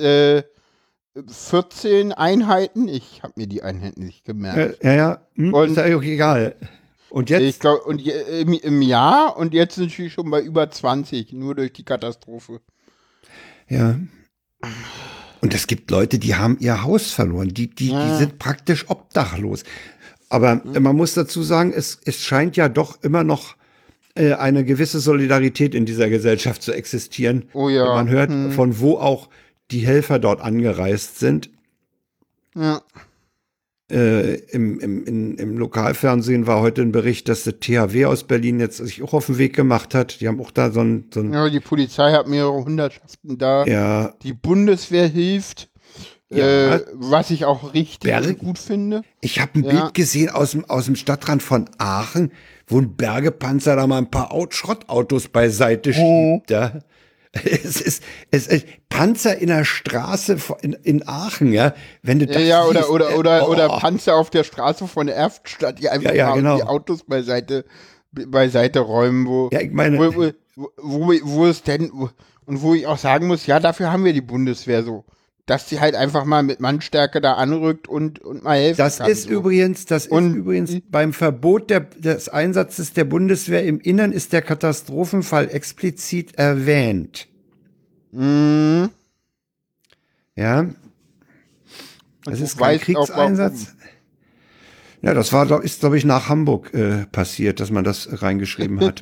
14 Einheiten. Ich habe mir die Einheiten nicht gemerkt. Und ist ja auch egal. Und jetzt? Ich glaube, im Jahr und jetzt sind wir schon bei über 20, nur durch die Katastrophe. Ja. Und es gibt Leute, die haben ihr Haus verloren. Die sind praktisch obdachlos. Aber man muss dazu sagen, es scheint ja doch immer noch eine gewisse Solidarität in dieser Gesellschaft zu existieren. Oh ja. Und man hört, von wo auch die Helfer dort angereist sind. Ja. Im Lokalfernsehen war heute ein Bericht, dass der THW aus Berlin jetzt sich auch auf den Weg gemacht hat. Die haben auch da so ein Ja, die Polizei hat mehrere Hundertschaften da. Ja. Die Bundeswehr hilft. Ja. Was ich auch richtig gut finde. Ich habe ein Bild gesehen aus dem Stadtrand von Aachen, wo ein Bergepanzer da mal ein paar Schrottautos beiseite schiebt. Ja. Es ist Panzer in der Straße in Aachen, ja. Wenn du das siehst, oder Panzer auf der Straße von Erftstadt, die einfach mal genau. die Autos beiseite räumen, wo es denn und wo ich auch sagen muss, ja, dafür haben wir die Bundeswehr so. Dass sie halt einfach mal mit Mannstärke da anrückt und mal helfen das kann. Ist übrigens beim Verbot des Einsatzes der Bundeswehr im Innern ist der Katastrophenfall explizit erwähnt. Mhm. Ja. Das ist kein Kriegseinsatz. Ja, das ist, glaube ich, nach Hamburg passiert, dass man das reingeschrieben hat.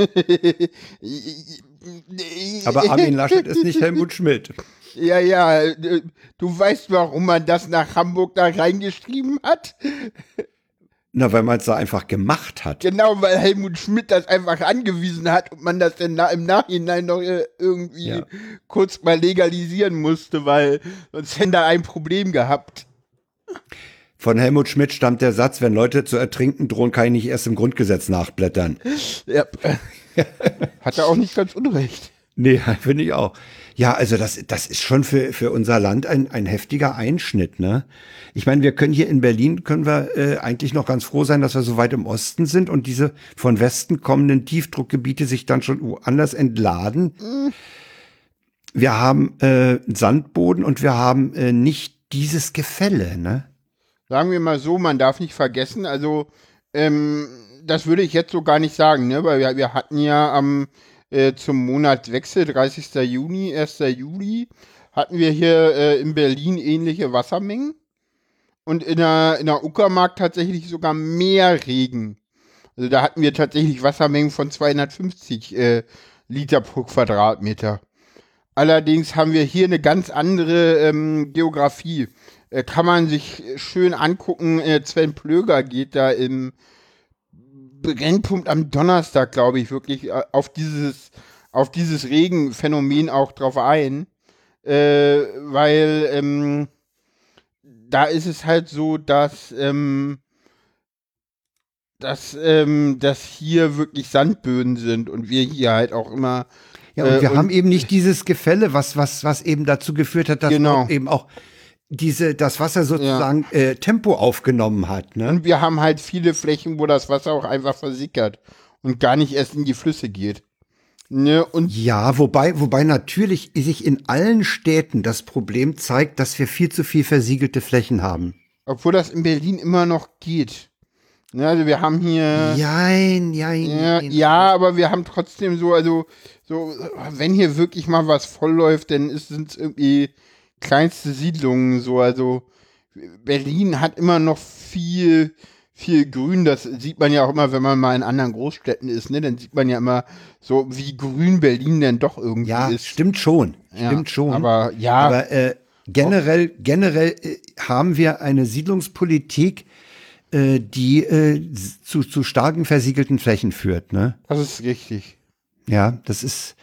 Aber Armin Laschet ist nicht Helmut Schmidt. Ja, du weißt, warum man das nach Hamburg da reingeschrieben hat? Na, weil man es da einfach gemacht hat. Genau, weil Helmut Schmidt das einfach angewiesen hat und man das dann im Nachhinein noch irgendwie kurz mal legalisieren musste, weil sonst hätten da ein Problem gehabt. Von Helmut Schmidt stammt der Satz, wenn Leute zu ertrinken drohen, kann ich nicht erst im Grundgesetz nachblättern. Ja. Hat er auch nicht ganz unrecht. Nee, finde ich auch. Ja, also das ist schon für unser Land ein heftiger Einschnitt, ne? Ich meine, wir können hier in Berlin, eigentlich noch ganz froh sein, dass wir so weit im Osten sind und diese von Westen kommenden Tiefdruckgebiete sich dann schon woanders entladen. Wir haben Sandboden und wir haben nicht dieses Gefälle, ne? Sagen wir mal so, man darf nicht vergessen, also das würde ich jetzt so gar nicht sagen, ne? Weil wir hatten ja zum Monatswechsel, 30. Juni, 1. Juli, hatten wir hier in Berlin ähnliche Wassermengen und in der Uckermark tatsächlich sogar mehr Regen. Also da hatten wir tatsächlich Wassermengen von 250 Liter pro Quadratmeter. Allerdings haben wir hier eine ganz andere Geografie. Kann man sich schön angucken, Sven Plöger geht da im Brennpunkt am Donnerstag, glaube ich, wirklich auf dieses Regenphänomen auch drauf ein, weil da ist es halt so, dass hier wirklich Sandböden sind und wir hier halt auch immer Ja, und wir haben eben nicht dieses Gefälle, was eben dazu geführt hat, dass Genau. eben auch das Wasser sozusagen Tempo aufgenommen hat. Ne? Und wir haben halt viele Flächen, wo das Wasser auch einfach versickert und gar nicht erst in die Flüsse geht. Ne? Und Ja, wobei natürlich sich in allen Städten das Problem zeigt, dass wir viel zu viel versiegelte Flächen haben. obwohl das in Berlin immer noch geht. Ne, also wir haben hier. Jein. Ja, aber wir haben trotzdem so, wenn hier wirklich mal was voll läuft, dann sind es irgendwie kleinste Siedlungen so. Also Berlin hat immer noch viel Grün. Das sieht man ja auch immer, wenn man mal in anderen Großstädten ist, ne? Dann sieht man ja immer so, wie grün Berlin denn doch irgendwie Ja, ist. stimmt schon. Aber ja. Aber generell haben wir eine Siedlungspolitik, die zu starken versiegelten Flächen führt, ne? Das ist richtig. Ja, das ist.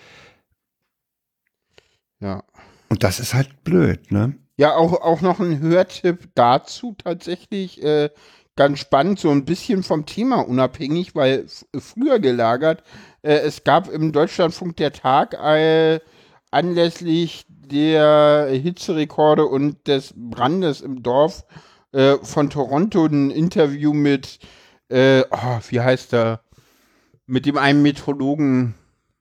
Ja. Und das ist halt blöd, ne? Ja, auch noch ein Hörtipp dazu tatsächlich, ganz spannend, so ein bisschen vom Thema unabhängig, weil früher gelagert, es gab im Deutschlandfunk der Tag anlässlich der Hitzerekorde und des Brandes im Dorf von Toronto ein Interview mit, wie heißt er, mit dem einen Meteorologen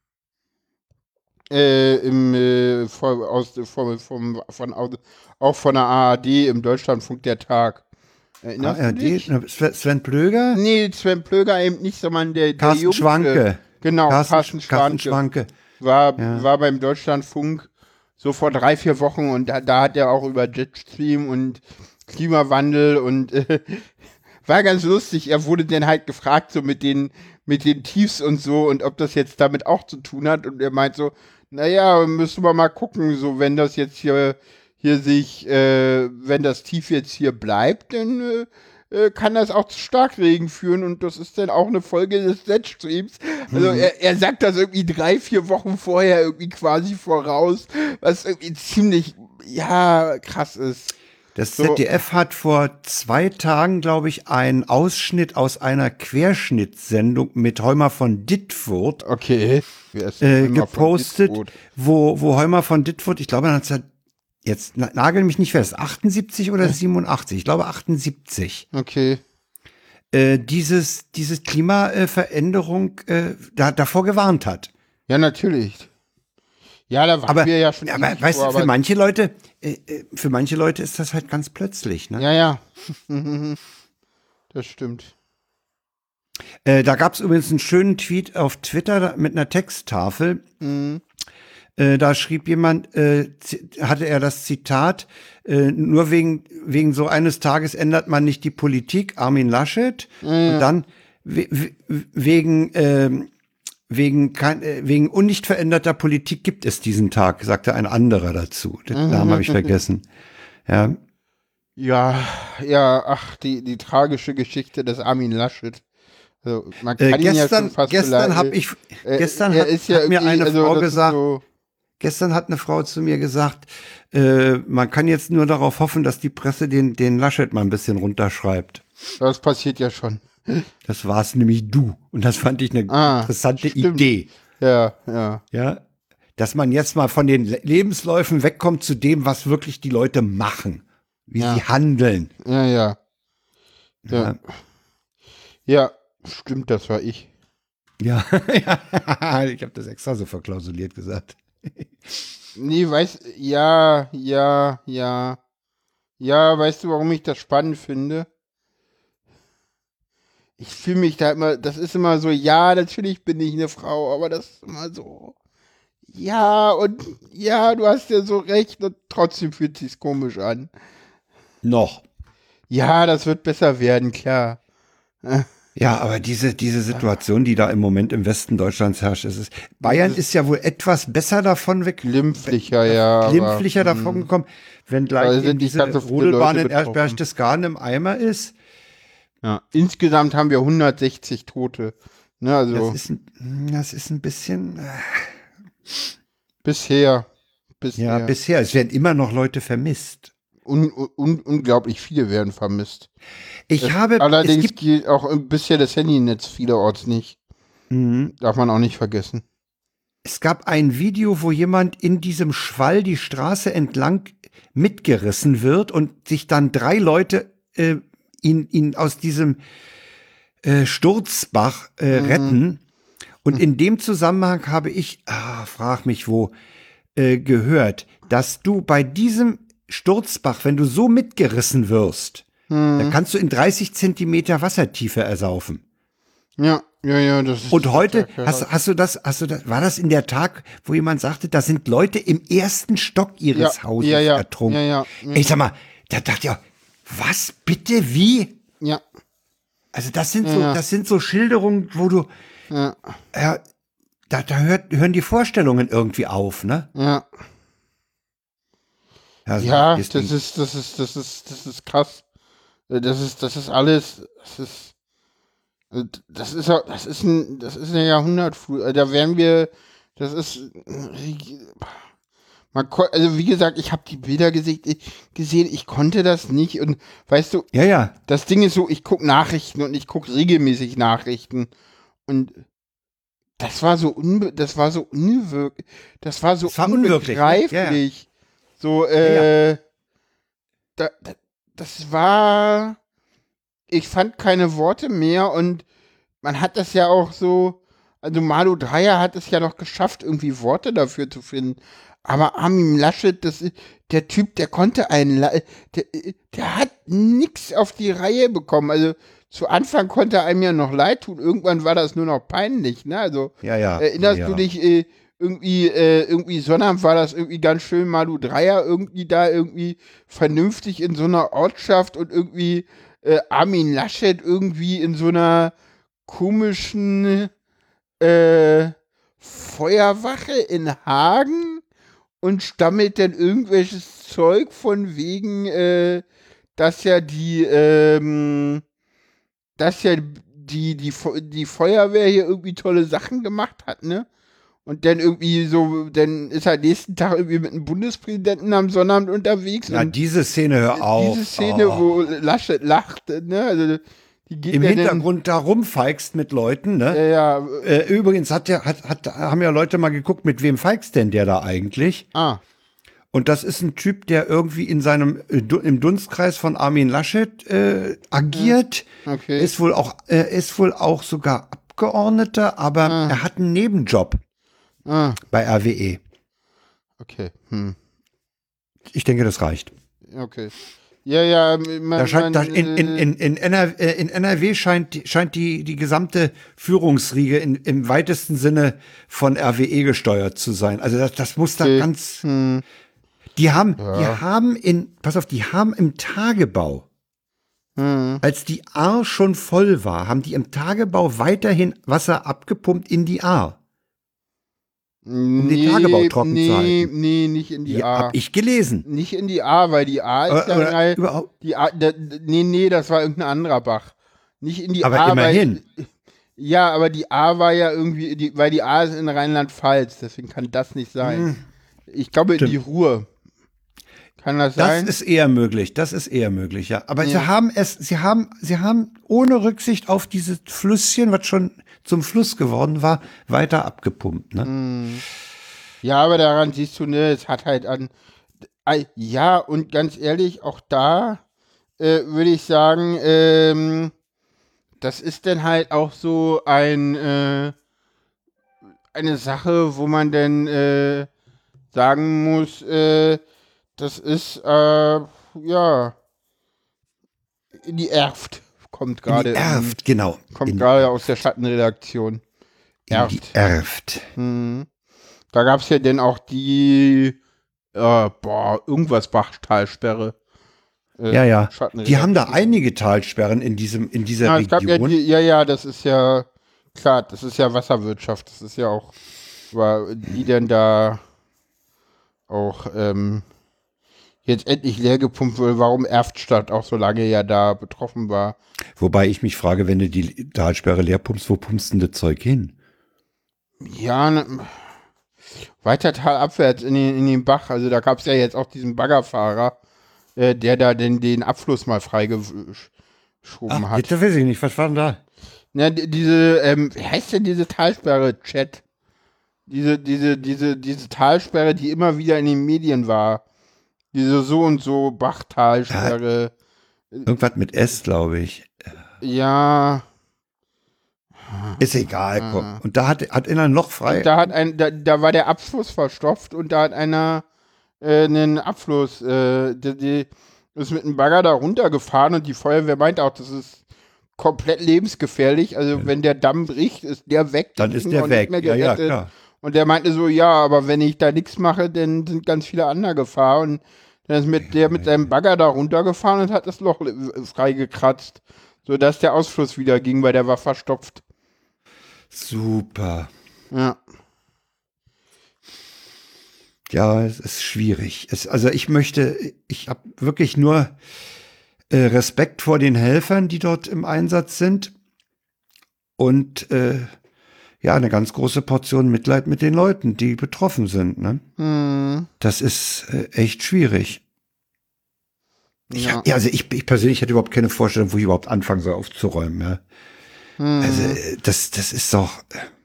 auch von der ARD im Deutschlandfunk der Tag. Erinnerst du dich? Sven Plöger? Nee, Sven Plöger eben nicht, sondern der Carsten Jüngste. Schwanke. Genau, Carsten Schwanke. War beim Deutschlandfunk so vor 3-4 Wochen und da hat er auch über Jetstream und Klimawandel und war ganz lustig. Er wurde dann halt gefragt, so mit den Tiefs und so und ob das jetzt damit auch zu tun hat und er meint so, naja, müssen wir mal gucken, so wenn das jetzt hier sich, wenn das Tief jetzt hier bleibt, dann kann das auch zu Starkregen führen und das ist dann auch eine Folge des Jetstreams. Also er sagt das irgendwie 3-4 Wochen vorher irgendwie quasi voraus, was irgendwie ziemlich, ja, krass ist. Das ZDF hat vor 2 Tagen, glaube ich, einen Ausschnitt aus einer Querschnittssendung mit Heumer von Dittfurt gepostet, wo Heumer von Dittfurt, ich glaube, jetzt nagel mich nicht fest, 78 oder 87, ich glaube 78. Okay. Dieses Klimaveränderung davor gewarnt hat. Ja, natürlich. Ja, da waren wir ja schon. Aber weißt du, für manche Leute ist das halt ganz plötzlich, ne? Ja. Das stimmt. Da gab es übrigens einen schönen Tweet auf Twitter mit einer Texttafel. Mhm. Da schrieb jemand, hatte er das Zitat, nur wegen so eines Tages ändert man nicht die Politik, Armin Laschet. Und dann wegen nicht veränderter Politik gibt es diesen Tag, sagte ein anderer dazu. Den Namen habe ich vergessen. Ja. Ja, ach, die tragische Geschichte des Armin Laschet. Also, man kann ihn ja schon fast gestern hat mir eine Frau gesagt, gestern hat eine Frau zu mir gesagt, man kann jetzt nur darauf hoffen, dass die Presse den Laschet mal ein bisschen runterschreibt. Das passiert ja schon. Das war's nämlich du. Und das fand ich eine interessante Idee. Ja. Ja. Dass man jetzt mal von den Lebensläufen wegkommt zu dem, was wirklich die Leute machen. Wie sie handeln. Ja, stimmt, das war ich. Ja, ich habe das extra so verklausuliert gesagt. Nee, weißt du, warum ich das spannend finde? Ich fühle mich da immer, das ist immer so, ja, natürlich bin ich eine Frau, aber das ist immer so, ja, und ja, du hast ja so recht und trotzdem fühlt sich's komisch an. Noch. Ja, das wird besser werden, klar. Ja, aber diese Situation, die da im Moment im Westen Deutschlands herrscht, Bayern ist ja wohl etwas besser davon weg. Glimpflicher davon gekommen, wenn gleich diese Rodelbahn in Berchtesgaden im Eimer ist. Ja, insgesamt haben wir 160 Tote. Ne, also das ist ein bisschen. Bisher. Ja, bisher. Es werden immer noch Leute vermisst. Unglaublich viele werden vermisst. Allerdings geht auch bisher das Handynetz vielerorts nicht. Darf man auch nicht vergessen. Es gab ein Video, wo jemand in diesem Schwall die Straße entlang mitgerissen wird und sich dann 3 Leute ihn aus diesem Sturzbach retten. Und in dem Zusammenhang habe ich, frag mich wo, gehört, dass du bei diesem Sturzbach, wenn du so mitgerissen wirst, dann kannst du in 30 Zentimeter Wassertiefe ersaufen. Ja, das ist. Und heute, hast du das, war das in der Tag, wo jemand sagte, da sind Leute im ersten Stock ihres Hauses ertrunken. Ja. Ich sag mal, da dachte ich auch, was bitte, wie? Ja. Also das sind so Schilderungen, wo du, da hören die Vorstellungen irgendwie auf, ne? Ja. Also, das ist krass. Das ist alles, das ist eine Jahrhundertflut. Da werden wir, also wie gesagt, ich habe die Bilder gesehen, ich konnte das nicht und weißt du, das Ding ist so, ich gucke Nachrichten und ich gucke regelmäßig Nachrichten und das war so unbegreiflich. Ne? So, das war, ich fand keine Worte mehr und man hat das ja auch so, also Malu Dreyer hat es ja noch geschafft, irgendwie Worte dafür zu finden. Aber Armin Laschet, der Typ, der konnte der hat nix auf die Reihe bekommen. Also zu Anfang konnte er einem ja noch leid tun, irgendwann war das nur noch peinlich, ne? Also erinnerst du dich, irgendwie Sonnabend war das irgendwie ganz schön, Malu Dreyer irgendwie vernünftig in so einer Ortschaft und irgendwie Armin Laschet irgendwie in so einer komischen Feuerwache in Hagen und stammelt dann irgendwelches Zeug von wegen, dass ja die Feuerwehr hier irgendwie tolle Sachen gemacht hat, ne? Und dann irgendwie so, dann ist er nächsten Tag irgendwie mit einem Bundespräsidenten am Sonnabend unterwegs. Na, diese Szene, hör auf. Diese Szene, wo Laschet lacht, ne? Also, die geht im ja Hintergrund da rumfeigst mit Leuten, ne? Ja. Übrigens haben ja Leute mal geguckt, mit wem feigst denn der da eigentlich? Und das ist ein Typ, der irgendwie in seinem im Dunstkreis von Armin Laschet agiert. Okay. Ist wohl auch sogar Abgeordneter, aber er hat einen Nebenjob bei RWE. Okay. Ich denke, das reicht. Okay. Ja, in NRW scheint die gesamte Führungsriege im weitesten Sinne von RWE gesteuert zu sein. Also das muss da ganz. Die haben im Tagebau, als die Ahr schon voll war, haben die im Tagebau weiterhin Wasser abgepumpt in die Ahr. Um den Tagebau trocken zu halten. Nee, nicht in die Ahr. Hab ich gelesen. Nicht in die Ahr, weil die Ahr ist ja überhaupt. Die Ahr, nee, das war irgendein anderer Bach. Nicht in die aber Ahr. Immerhin. Ja, aber die Ahr war ja irgendwie, weil die Ahr ist in Rheinland-Pfalz, deswegen kann das nicht sein. Ich glaube in die Ruhr. Kann das sein? Das ist eher möglich, ja. Aber sie haben ohne Rücksicht auf dieses Flüsschen, was schon zum Fluss geworden war, weiter abgepumpt, ne? Ja, aber daran siehst du, ne, es hat halt ja, und ganz ehrlich, auch da würde ich sagen, das ist dann halt auch so eine Sache, wo man dann sagen muss, das ist, ja, in die Erft kommt gerade. Erft, genau. Kommt gerade aus der Schattenredaktion. Erft. In die Erft. Da gab es ja dann auch die, irgendwas Bachtalsperre. Ja. Die haben da einige Talsperren in dieser Region. Es gab das ist ja, klar, das ist ja Wasserwirtschaft. Das ist ja auch, die denn da auch, jetzt endlich leer gepumpt wurde, warum Erftstadt auch so lange ja da betroffen war. Wobei ich mich frage, wenn du die Talsperre leer pumpst, wo pumpst denn das Zeug hin? Ja, weiter talabwärts in den Bach. Also da gab es ja jetzt auch diesen Baggerfahrer, der da den Abfluss mal freigeschoben hat. Das weiß ich nicht, was war denn da? Na, wie heißt denn diese Talsperre? Chat? diese Talsperre, die immer wieder in den Medien war. Diese so und so Bachtalsperre. Irgendwas mit S, glaube ich. Ja. Ist egal, komm. Und da hat einer ein Loch frei. Da war der Abfluss verstopft und da hat einer einen Abfluss, die ist mit einem Bagger da runtergefahren und die Feuerwehr meint auch, das ist komplett lebensgefährlich. Also wenn der Damm bricht, ist der weg. Dann ist der weg. Ja, klar. Und der meinte so, ja, aber wenn ich da nichts mache, dann sind ganz viele andere Gefahr. Und dann ist mit seinem Bagger da runtergefahren und hat das Loch freigekratzt, sodass der Ausfluss wieder ging, weil der war verstopft. Super. Ja. Ja, es ist schwierig. Also ich habe wirklich nur Respekt vor den Helfern, die dort im Einsatz sind und ja, eine ganz große Portion Mitleid mit den Leuten, die betroffen sind. Ne? Das ist echt schwierig. Ich persönlich hätte überhaupt keine Vorstellung, wo ich überhaupt anfangen soll aufzuräumen. Ja? Also das ist doch...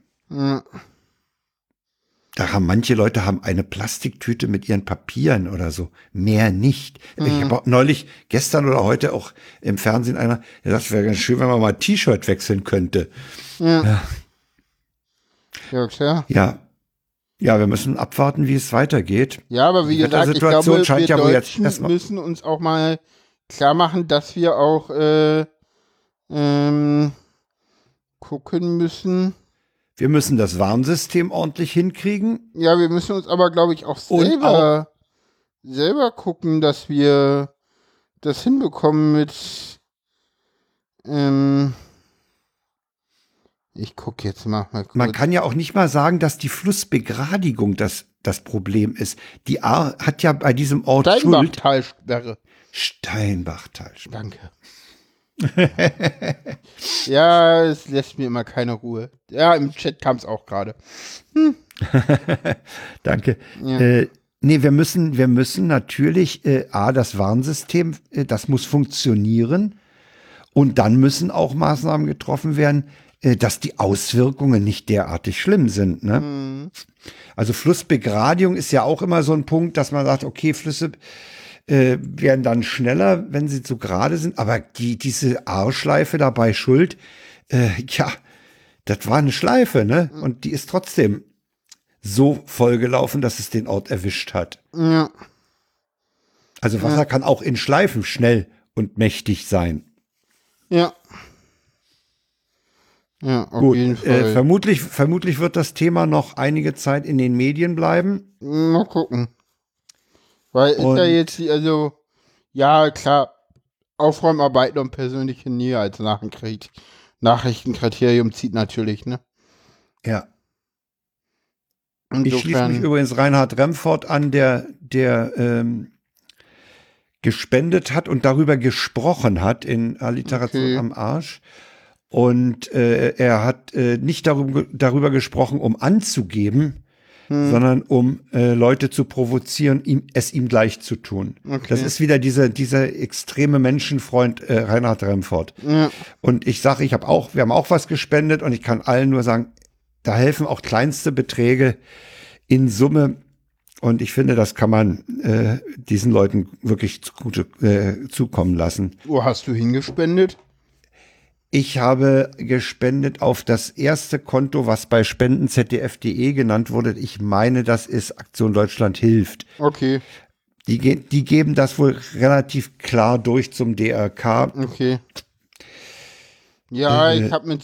Manche Leute haben eine Plastiktüte mit ihren Papieren oder so. Mehr nicht. Ich habe auch neulich, gestern oder heute auch im Fernsehen einer, der sagt, es wäre ganz schön, wenn man mal ein T-Shirt wechseln könnte. Ja, klar. Ja, wir müssen abwarten, wie es weitergeht. Ja, aber wie gesagt, ich glaube, scheint wir ja Deutschen müssen uns auch mal klar machen, dass wir auch gucken müssen. Wir müssen das Warnsystem ordentlich hinkriegen. Ja, wir müssen uns aber, glaube ich, auch selber gucken, dass wir das hinbekommen mit ich gucke jetzt mal kurz. Man kann ja auch nicht mal sagen, dass die Flussbegradigung das Problem ist. Die Ahr hat ja bei diesem Ort Schuld. Steinbachtalsperre. Danke. Ja, es lässt mir immer keine Ruhe. Ja, im Chat kam es auch gerade. Danke. Ja. Nee, wir müssen natürlich das Warnsystem, das muss funktionieren. Und dann müssen auch Maßnahmen getroffen werden, dass die Auswirkungen nicht derartig schlimm sind. Ne? Also Flussbegradigung ist ja auch immer so ein Punkt, dass man sagt, okay, Flüsse werden dann schneller, wenn sie so gerade sind. Aber diese Ahrschleife dabei schuld, ja, das war eine Schleife, ne? Und die ist trotzdem so vollgelaufen, dass es den Ort erwischt hat. Ja. Also Wasser kann auch in Schleifen schnell und mächtig sein. Ja. Ja, auf Gut, jeden Fall. Vermutlich wird das Thema noch einige Zeit in den Medien bleiben. Mal gucken. Weil ist ja jetzt, also, ja, klar, Aufräumarbeiten und persönliche Nähe als Nachrichtenkriterium zieht natürlich, ne? Ja. Ich schließe mich übrigens Reinhard Remford an, der gespendet hat und darüber gesprochen hat in Alliteration am Arsch. Und er hat nicht darüber gesprochen, um anzugeben, sondern um Leute zu provozieren, es ihm gleich zu tun. Okay. Das ist wieder dieser extreme Menschenfreund Reinhard Remford. Ja. Und ich sage, wir haben auch was gespendet und ich kann allen nur sagen, da helfen auch kleinste Beträge in Summe. Und ich finde, das kann man diesen Leuten wirklich zugute zukommen lassen. Wo hast du hingespendet? Ich habe gespendet auf das erste Konto, was bei spendenzdf.de genannt wurde. Ich meine, das ist Aktion Deutschland hilft. Okay. Die geben das wohl relativ klar durch zum DRK. Okay. Ja,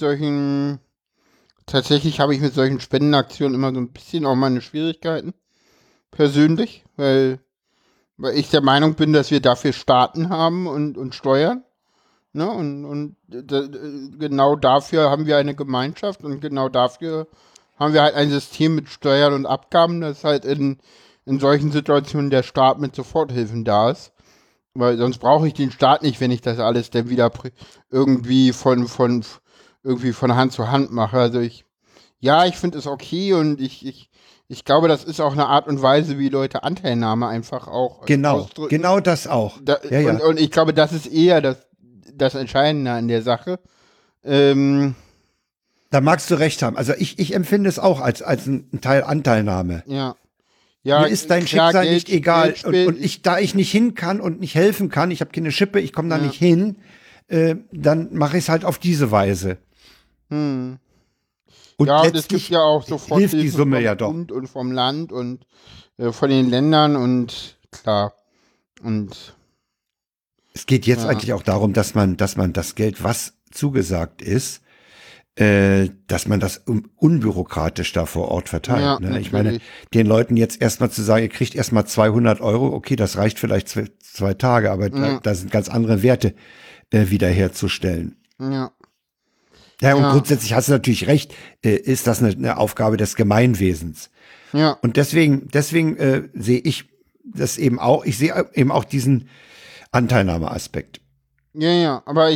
tatsächlich habe ich mit solchen Spendenaktionen immer so ein bisschen auch meine Schwierigkeiten. Persönlich, weil ich der Meinung bin, dass wir dafür Staaten haben und Steuern. Ne? Und genau dafür haben wir eine Gemeinschaft und genau dafür haben wir halt ein System mit Steuern und Abgaben, dass halt in solchen Situationen der Staat mit Soforthilfen da ist. Weil sonst brauche ich den Staat nicht, wenn ich das alles dann wieder irgendwie von Hand zu Hand mache. Also ich finde es okay und ich glaube, das ist auch eine Art und Weise, wie Leute Anteilnahme einfach auch ausdrücken. Genau das auch. Und ich glaube, das ist eher das Entscheidende an der Sache. Da magst du recht haben. Also ich empfinde es auch als ein Teil Anteilnahme. Ja. Ja, Mir ist dein klar, Schicksal nicht egal. Geld Da ich nicht hin kann und nicht helfen kann, ich habe keine Schippe, ich komme da nicht hin, dann mache ich es halt auf diese Weise. Und ja, und es gibt ja auch sofort hilft die Summe vom ja doch. Bund und vom Land und von den Ländern und klar. Und Es geht jetzt eigentlich auch darum, dass man das Geld, was zugesagt ist, dass man das unbürokratisch da vor Ort verteilt. Ja, Ne? Ich meine, den Leuten jetzt erstmal zu sagen, ihr kriegt erstmal 200 Euro, okay, das reicht vielleicht 2 Tage, aber da sind ganz andere Werte wiederherzustellen. Ja. Ja, und grundsätzlich hast du natürlich recht, ist das eine Aufgabe des Gemeinwesens. Ja. Und deswegen sehe ich das eben auch, ich sehe eben auch diesen Anteilnahmeaspekt. Ja, aber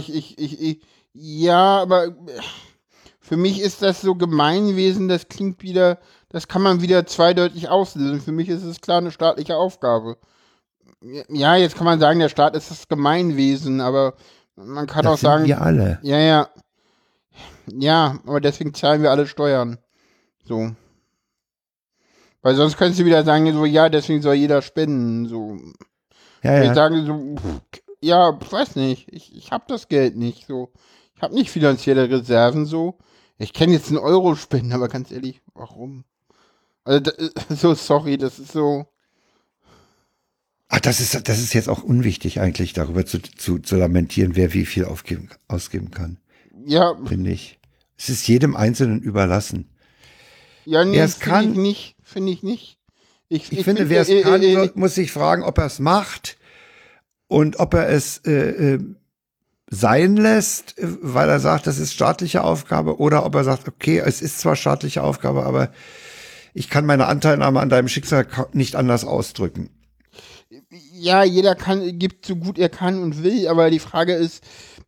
aber für mich ist das so Gemeinwesen, das klingt wieder, das kann man wieder zweideutig auslösen. Für mich ist es klar eine staatliche Aufgabe. Ja, jetzt kann man sagen, der Staat ist das Gemeinwesen, aber man kann Das auch sagen. sind wir alle. Ja. Ja, aber deswegen zahlen wir alle Steuern. So. Weil sonst könntest du wieder sagen, so, ja, deswegen soll jeder spenden. So. Ja. Ich sage so, ja, ich weiß nicht, ich habe das Geld nicht. So. Ich habe nicht finanzielle Reserven so. Ich kenne jetzt einen Euro spenden, aber ganz ehrlich, warum? Also, so, sorry, das ist so. Ach, das ist jetzt auch unwichtig eigentlich, darüber zu lamentieren, wer wie viel ausgeben kann. Ja. Finde ich. Es ist jedem Einzelnen überlassen. Ja, nee, finde ich nicht. Ich finde, wer es kann, muss sich fragen, ob er es macht und ob er es sein lässt, weil er sagt, das ist staatliche Aufgabe, oder ob er sagt, okay, es ist zwar staatliche Aufgabe, aber ich kann meine Anteilnahme an deinem Schicksal nicht anders ausdrücken. Ja, jeder gibt so gut er kann und will, aber die Frage ist,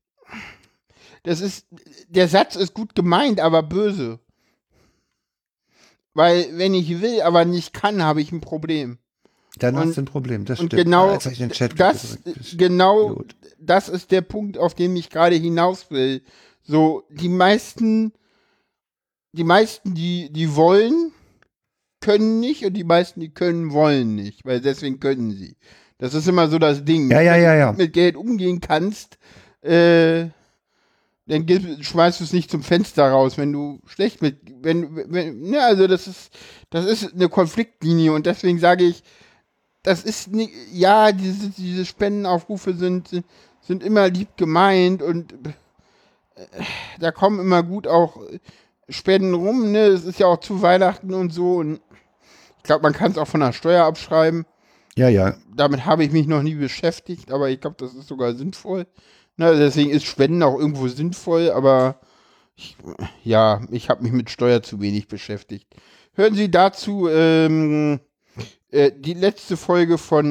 der Satz ist gut gemeint, aber böse. Weil, wenn ich will, aber nicht kann, habe ich ein Problem. Dann hast du ein Problem, das und stimmt. Genau, Gut. Das ist der Punkt, auf den ich gerade hinaus will. So, die meisten, die wollen, können nicht, und die meisten, die können, wollen nicht, weil deswegen können sie. Das ist immer so das Ding. Ja. Wenn du mit Geld umgehen kannst, dann schmeißt du es nicht zum Fenster raus, wenn du schlecht also das ist eine Konfliktlinie, und deswegen sage ich, das ist nicht, ja, diese Spendenaufrufe sind immer lieb gemeint, und da kommen immer gut auch Spenden rum, ne, es ist ja auch zu Weihnachten und so, und ich glaube, man kann es auch von der Steuer abschreiben. Ja. Damit habe ich mich noch nie beschäftigt, aber ich glaube, das ist sogar sinnvoll. Na, deswegen ist Spenden auch irgendwo sinnvoll, aber ich habe mich mit Steuer zu wenig beschäftigt. Hören Sie dazu die letzte Folge von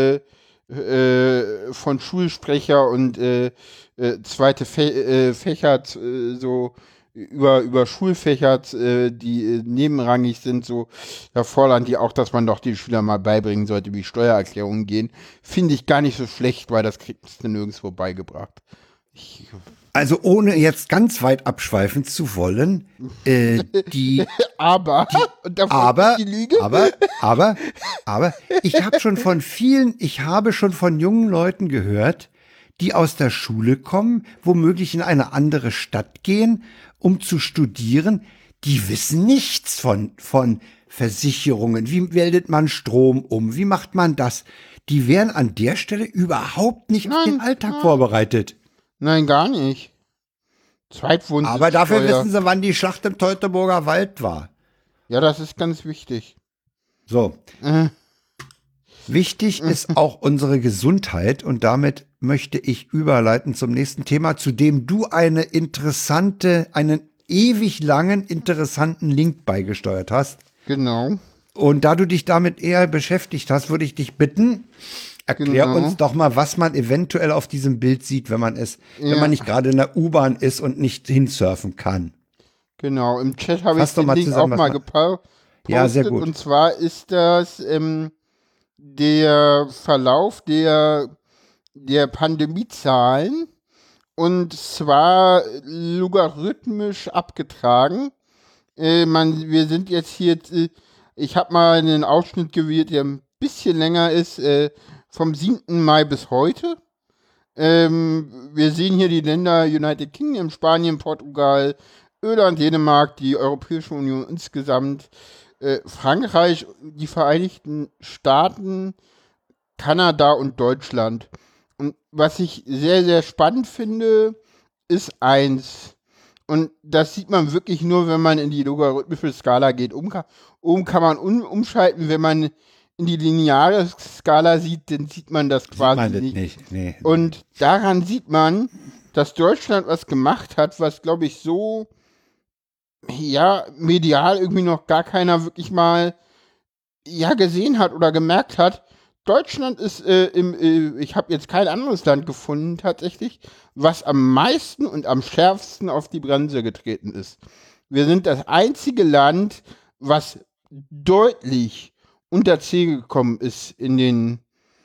Schulsprecher und zweite Fächer, so über Schulfächer, die nebenrangig sind, so, da fordern die auch, dass man doch den Schülern mal beibringen sollte, wie Steuererklärungen gehen. Finde ich gar nicht so schlecht, weil das kriegt es nirgendwo beigebracht. Also ohne jetzt ganz weit abschweifen zu wollen, aber ich habe schon von jungen Leuten gehört, die aus der Schule kommen, womöglich in eine andere Stadt gehen, um zu studieren. Die wissen nichts von Versicherungen. Wie meldet man Strom um? Wie macht man das? Die wären an der Stelle überhaupt nicht auf den Alltag vorbereitet. Nein, gar nicht. Aber dafür wissen sie, wann die Schlacht im Teutoburger Wald war. Ja, das ist ganz wichtig. So. Wichtig ist auch unsere Gesundheit, und damit möchte ich überleiten zum nächsten Thema, zu dem du einen ewig langen, interessanten Link beigesteuert hast. Genau. Und da du dich damit eher beschäftigt hast, würde ich dich bitten, erklär uns doch mal, was man eventuell auf diesem Bild sieht, wenn man nicht gerade in der U-Bahn ist und nicht hinsurfen kann. Genau, im Chat habe ich den Link auch mal gepostet. Ja, sehr gut. Und zwar ist das der Verlauf der Pandemiezahlen Und zwar logarithmisch abgetragen. Wir sind jetzt hier, ich habe mal einen Ausschnitt gewählt, der ein bisschen länger ist, vom 7. Mai bis heute. Wir sehen hier die Länder United Kingdom, Spanien, Portugal, Irland, Dänemark, die Europäische Union insgesamt, Frankreich, die Vereinigten Staaten, Kanada und Deutschland. Und was ich sehr, sehr spannend finde, ist eins. Und das sieht man wirklich nur, wenn man in die logarithmische Skala geht. Oben kann man umschalten, wenn man in die lineare Skala sieht, dann sieht man das quasi nicht. Nee. Und daran sieht man, dass Deutschland was gemacht hat, was, glaube ich, so, ja, medial irgendwie noch gar keiner wirklich mal, ja, gesehen hat oder gemerkt hat. Deutschland ist ich habe jetzt kein anderes Land gefunden tatsächlich, was am meisten und am schärfsten auf die Bremse getreten ist. Wir sind das einzige Land, was deutlich unter 10 gekommen ist in den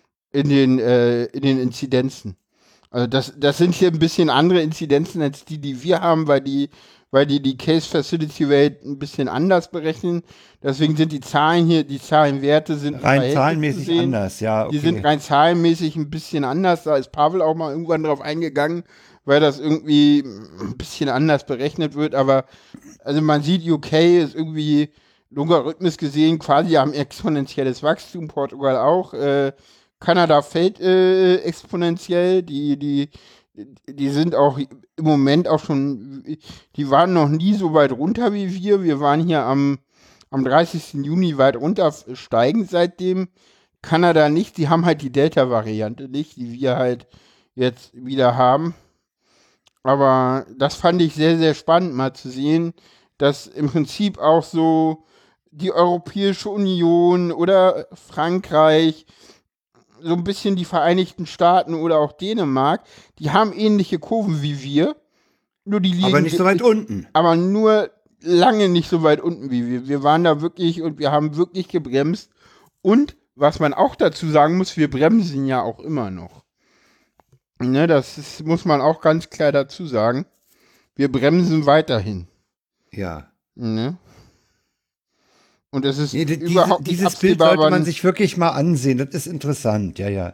Inzidenzen. Also das sind hier ein bisschen andere Inzidenzen als die wir haben, weil die Case Facility Rate ein bisschen anders berechnen. Deswegen sind die Zahlen hier, die Zahlenwerte sind rein zahlenmäßig anders, ja. Okay. Die sind rein zahlenmäßig ein bisschen anders. Da ist Pavel auch mal irgendwann drauf eingegangen, weil das irgendwie ein bisschen anders berechnet wird. Aber also man sieht, UK ist irgendwie logarithmisch gesehen quasi am exponentielles Wachstum, Portugal auch. Kanada fällt exponentiell. Die sind auch im Moment auch schon, die waren noch nie so weit runter wie wir. Wir waren hier am 30. Juni weit runter, steigend seitdem. Kanada nicht, die haben halt die Delta-Variante nicht, die wir halt jetzt wieder haben. Aber das fand ich sehr, sehr spannend mal zu sehen, dass im Prinzip auch so die Europäische Union oder Frankreich, so ein bisschen die Vereinigten Staaten oder auch Dänemark, die haben ähnliche Kurven wie wir. Nur die liegen aber nicht so weit unten. Aber nur lange nicht so weit unten wie wir. Wir waren da wirklich und wir haben wirklich gebremst. Und was man auch dazu sagen muss, wir bremsen ja auch immer noch. Ne, muss man auch ganz klar dazu sagen. Wir bremsen weiterhin. Ja. Ne? Und es ist überhaupt nicht dieses Bild sollte man sich wirklich mal ansehen. Das ist interessant, ja.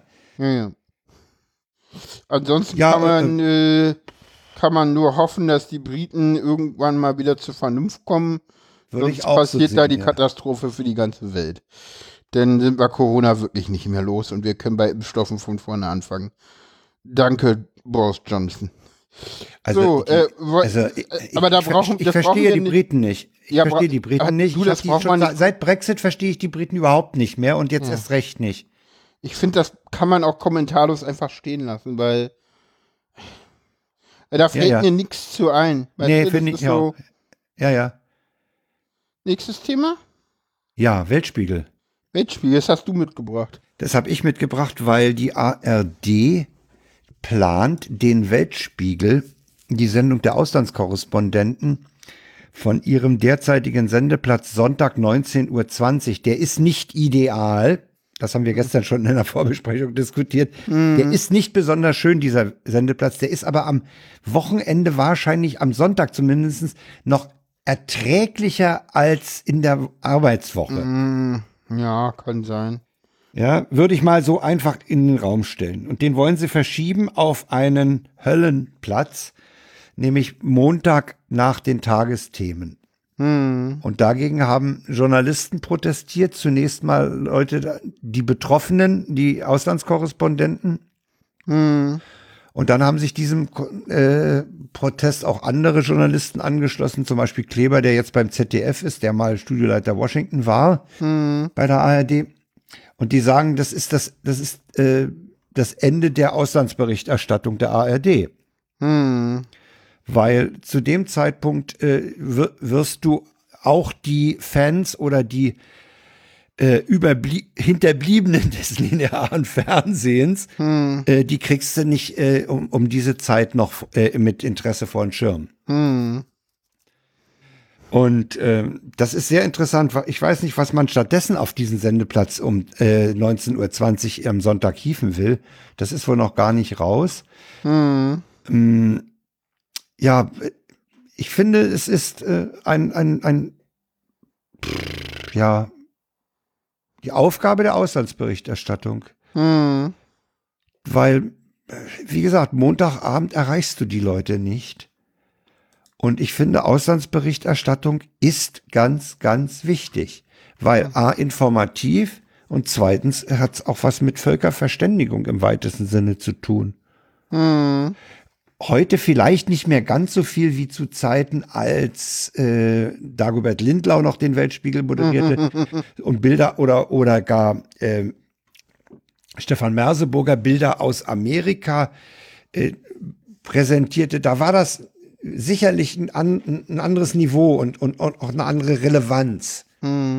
Ansonsten kann man nur hoffen, dass die Briten irgendwann mal wieder zur Vernunft kommen. Sonst passiert da die Katastrophe für die ganze Welt. Dann sind wir Corona wirklich nicht mehr los und wir können bei Impfstoffen von vorne anfangen. Danke, Boris Johnson. Also, aber da brauchen ich verstehe die Briten nicht. Ich verstehe die Briten nicht. Seit Brexit verstehe ich die Briten überhaupt nicht mehr und jetzt erst recht nicht. Ich finde, das kann man auch kommentarlos einfach stehen lassen, weil da fällt mir nichts zu ein. Nee, finde ich auch. Ja. Nächstes Thema? Ja, Weltspiegel. Das hast du mitgebracht. Das habe ich mitgebracht, weil die ARD plant, den Weltspiegel, die Sendung der Auslandskorrespondenten, von ihrem derzeitigen Sendeplatz Sonntag 19:20 Uhr. Der ist nicht ideal. Das haben wir gestern schon in einer Vorbesprechung diskutiert. Der ist nicht besonders schön, dieser Sendeplatz. Der ist aber am Wochenende, wahrscheinlich am Sonntag zumindest, noch erträglicher als in der Arbeitswoche. Ja, kann sein. Ja, würde ich mal so einfach in den Raum stellen. Und den wollen sie verschieben auf einen Höllenplatz, nämlich Montag nach den Tagesthemen. Und dagegen haben Journalisten protestiert. Zunächst mal Leute, die Betroffenen, die Auslandskorrespondenten. Und dann haben sich diesem Protest auch andere Journalisten angeschlossen, zum Beispiel Kleber, der jetzt beim ZDF ist, der mal Studioleiter Washington war bei der ARD. Und die sagen, das ist das Ende der Auslandsberichterstattung der ARD. Weil zu dem Zeitpunkt wirst du auch die Fans oder die Hinterbliebenen des linearen Fernsehens, die kriegst du nicht um diese Zeit noch mit Interesse vor den Schirm. Und das ist sehr interessant. Ich weiß nicht, was man stattdessen auf diesen Sendeplatz um 19:20 Uhr am Sonntag hieven will. Das ist wohl noch gar nicht raus. Ja, ich finde, es ist ja, die Aufgabe der Auslandsberichterstattung. Weil, wie gesagt, Montagabend erreichst du die Leute nicht. Und ich finde, Auslandsberichterstattung ist ganz, ganz wichtig. Weil A, informativ und zweitens hat es auch was mit Völkerverständigung im weitesten Sinne zu tun. Heute vielleicht nicht mehr ganz so viel wie zu Zeiten, als Dagobert Lindau noch den Weltspiegel moderierte und Bilder oder gar Stefan Merseburger Bilder aus Amerika präsentierte. Da war das sicherlich ein anderes Niveau und auch eine andere Relevanz.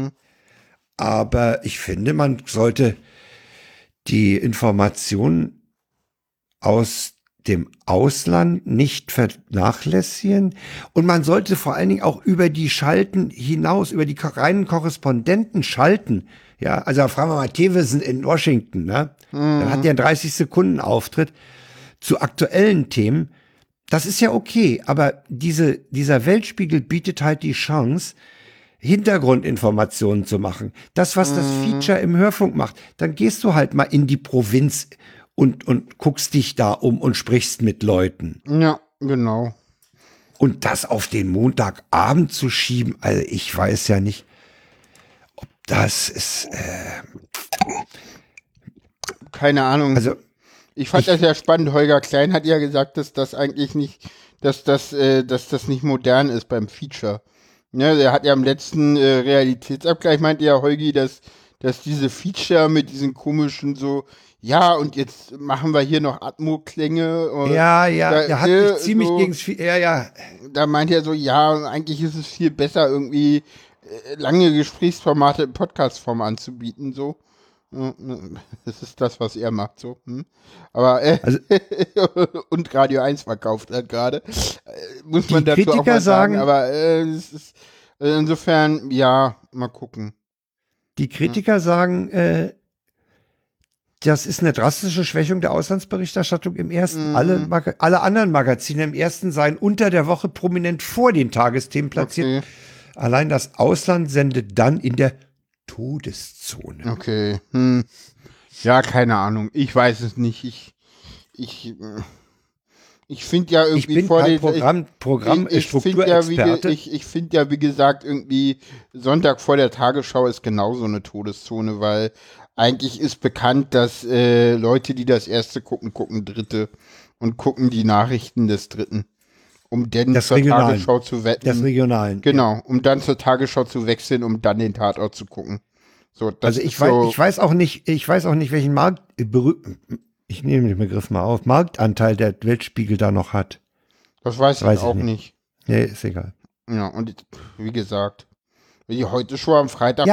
Aber ich finde, man sollte die Informationen aus dem Ausland nicht vernachlässigen und man sollte vor allen Dingen auch über die Schalten hinaus, über die reinen Korrespondenten schalten. Ja, also fragen wir mal Thewissen in Washington, ne? Dann hat der einen 30-Sekunden-Auftritt zu aktuellen Themen. Das ist ja okay, aber dieser Weltspiegel bietet halt die Chance, Hintergrundinformationen zu machen. Das, was das Feature im Hörfunk macht, dann gehst du halt mal in die Provinz und guckst dich da um und sprichst mit Leuten. Ja, genau. Und das auf den Montagabend zu schieben, also ich weiß ja nicht, ob das ist. Keine Ahnung. Also ich fand das ja spannend. Holger Klein hat ja gesagt, dass das eigentlich nicht, dass das nicht modern ist beim Feature. Ja, der hat ja im letzten Realitätsabgleich meinte ja Holgi, dass diese Feature mit diesen komischen so, ja, und jetzt machen wir hier noch Atmo-Klänge. Ja, der hat sich ziemlich so, gegens ja. Da meint er so, ja, eigentlich ist es viel besser, irgendwie lange Gesprächsformate im Podcast-Form anzubieten, so. Das ist das, was er macht, so. Aber also, und Radio 1 verkauft hat gerade. Muss man dazu Kritiker auch mal sagen, aber es ist, insofern, ja, mal gucken. Die Kritiker sagen, das ist eine drastische Schwächung der Auslandsberichterstattung im ersten. Alle anderen Magazine im ersten seien unter der Woche prominent vor den Tagesthemen platziert. Okay. Allein das Ausland sendet dann in der Todeszone. Okay. Ja, keine Ahnung. Ich weiß es nicht. Ich finde ja irgendwie ich bin kein Programmstrukturexperte. Ich finde ja, wie gesagt, irgendwie Sonntag vor der Tagesschau ist genauso eine Todeszone, weil eigentlich ist bekannt, dass Leute, die das erste gucken, gucken dritte und gucken die Nachrichten des dritten. Um dann zur Tagesschau zu wetten. Das Regionalen. Genau, um dann zur Tagesschau zu wechseln, um dann den Tatort zu gucken. So, das also ich weiß auch nicht, welchen Markt, ich nehme den Begriff mal auf, Marktanteil der Weltspiegel da noch hat. Das weiß ich auch nicht. Nee, ist egal. Ja, und wie gesagt, die Heute-Show am Freitag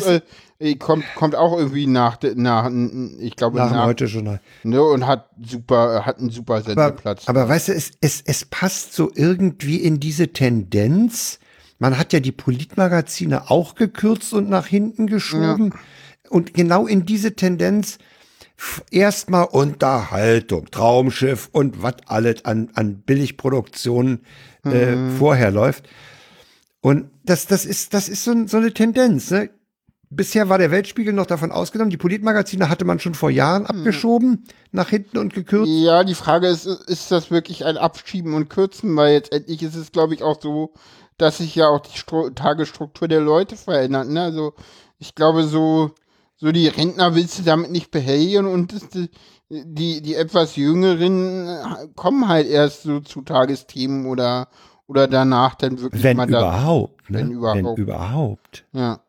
kommt auch irgendwie nach ich glaube, nach dem Heute-Journal. Ne, und hat einen super Sendeplatz. Aber weißt du, es passt so irgendwie in diese Tendenz. Man hat ja die Politmagazine auch gekürzt und nach hinten geschoben. Ja. Und genau in diese Tendenz erstmal Unterhaltung, Traumschiff und was alles an Billigproduktionen vorher läuft. Und das ist so eine Tendenz, ne? Bisher war der Weltspiegel noch davon ausgenommen, die Politmagazine hatte man schon vor Jahren abgeschoben, nach hinten und gekürzt. Ja, die Frage ist das wirklich ein Abschieben und Kürzen? Weil jetzt endlich ist es, glaube ich, auch so, dass sich ja auch die Tagesstruktur der Leute verändert, ne? Also, ich glaube, so die Rentner willst du damit nicht behelligen und die etwas Jüngeren kommen halt erst so zu Tagesthemen oder danach dann wirklich wenn überhaupt, ne? Wenn überhaupt. Ja.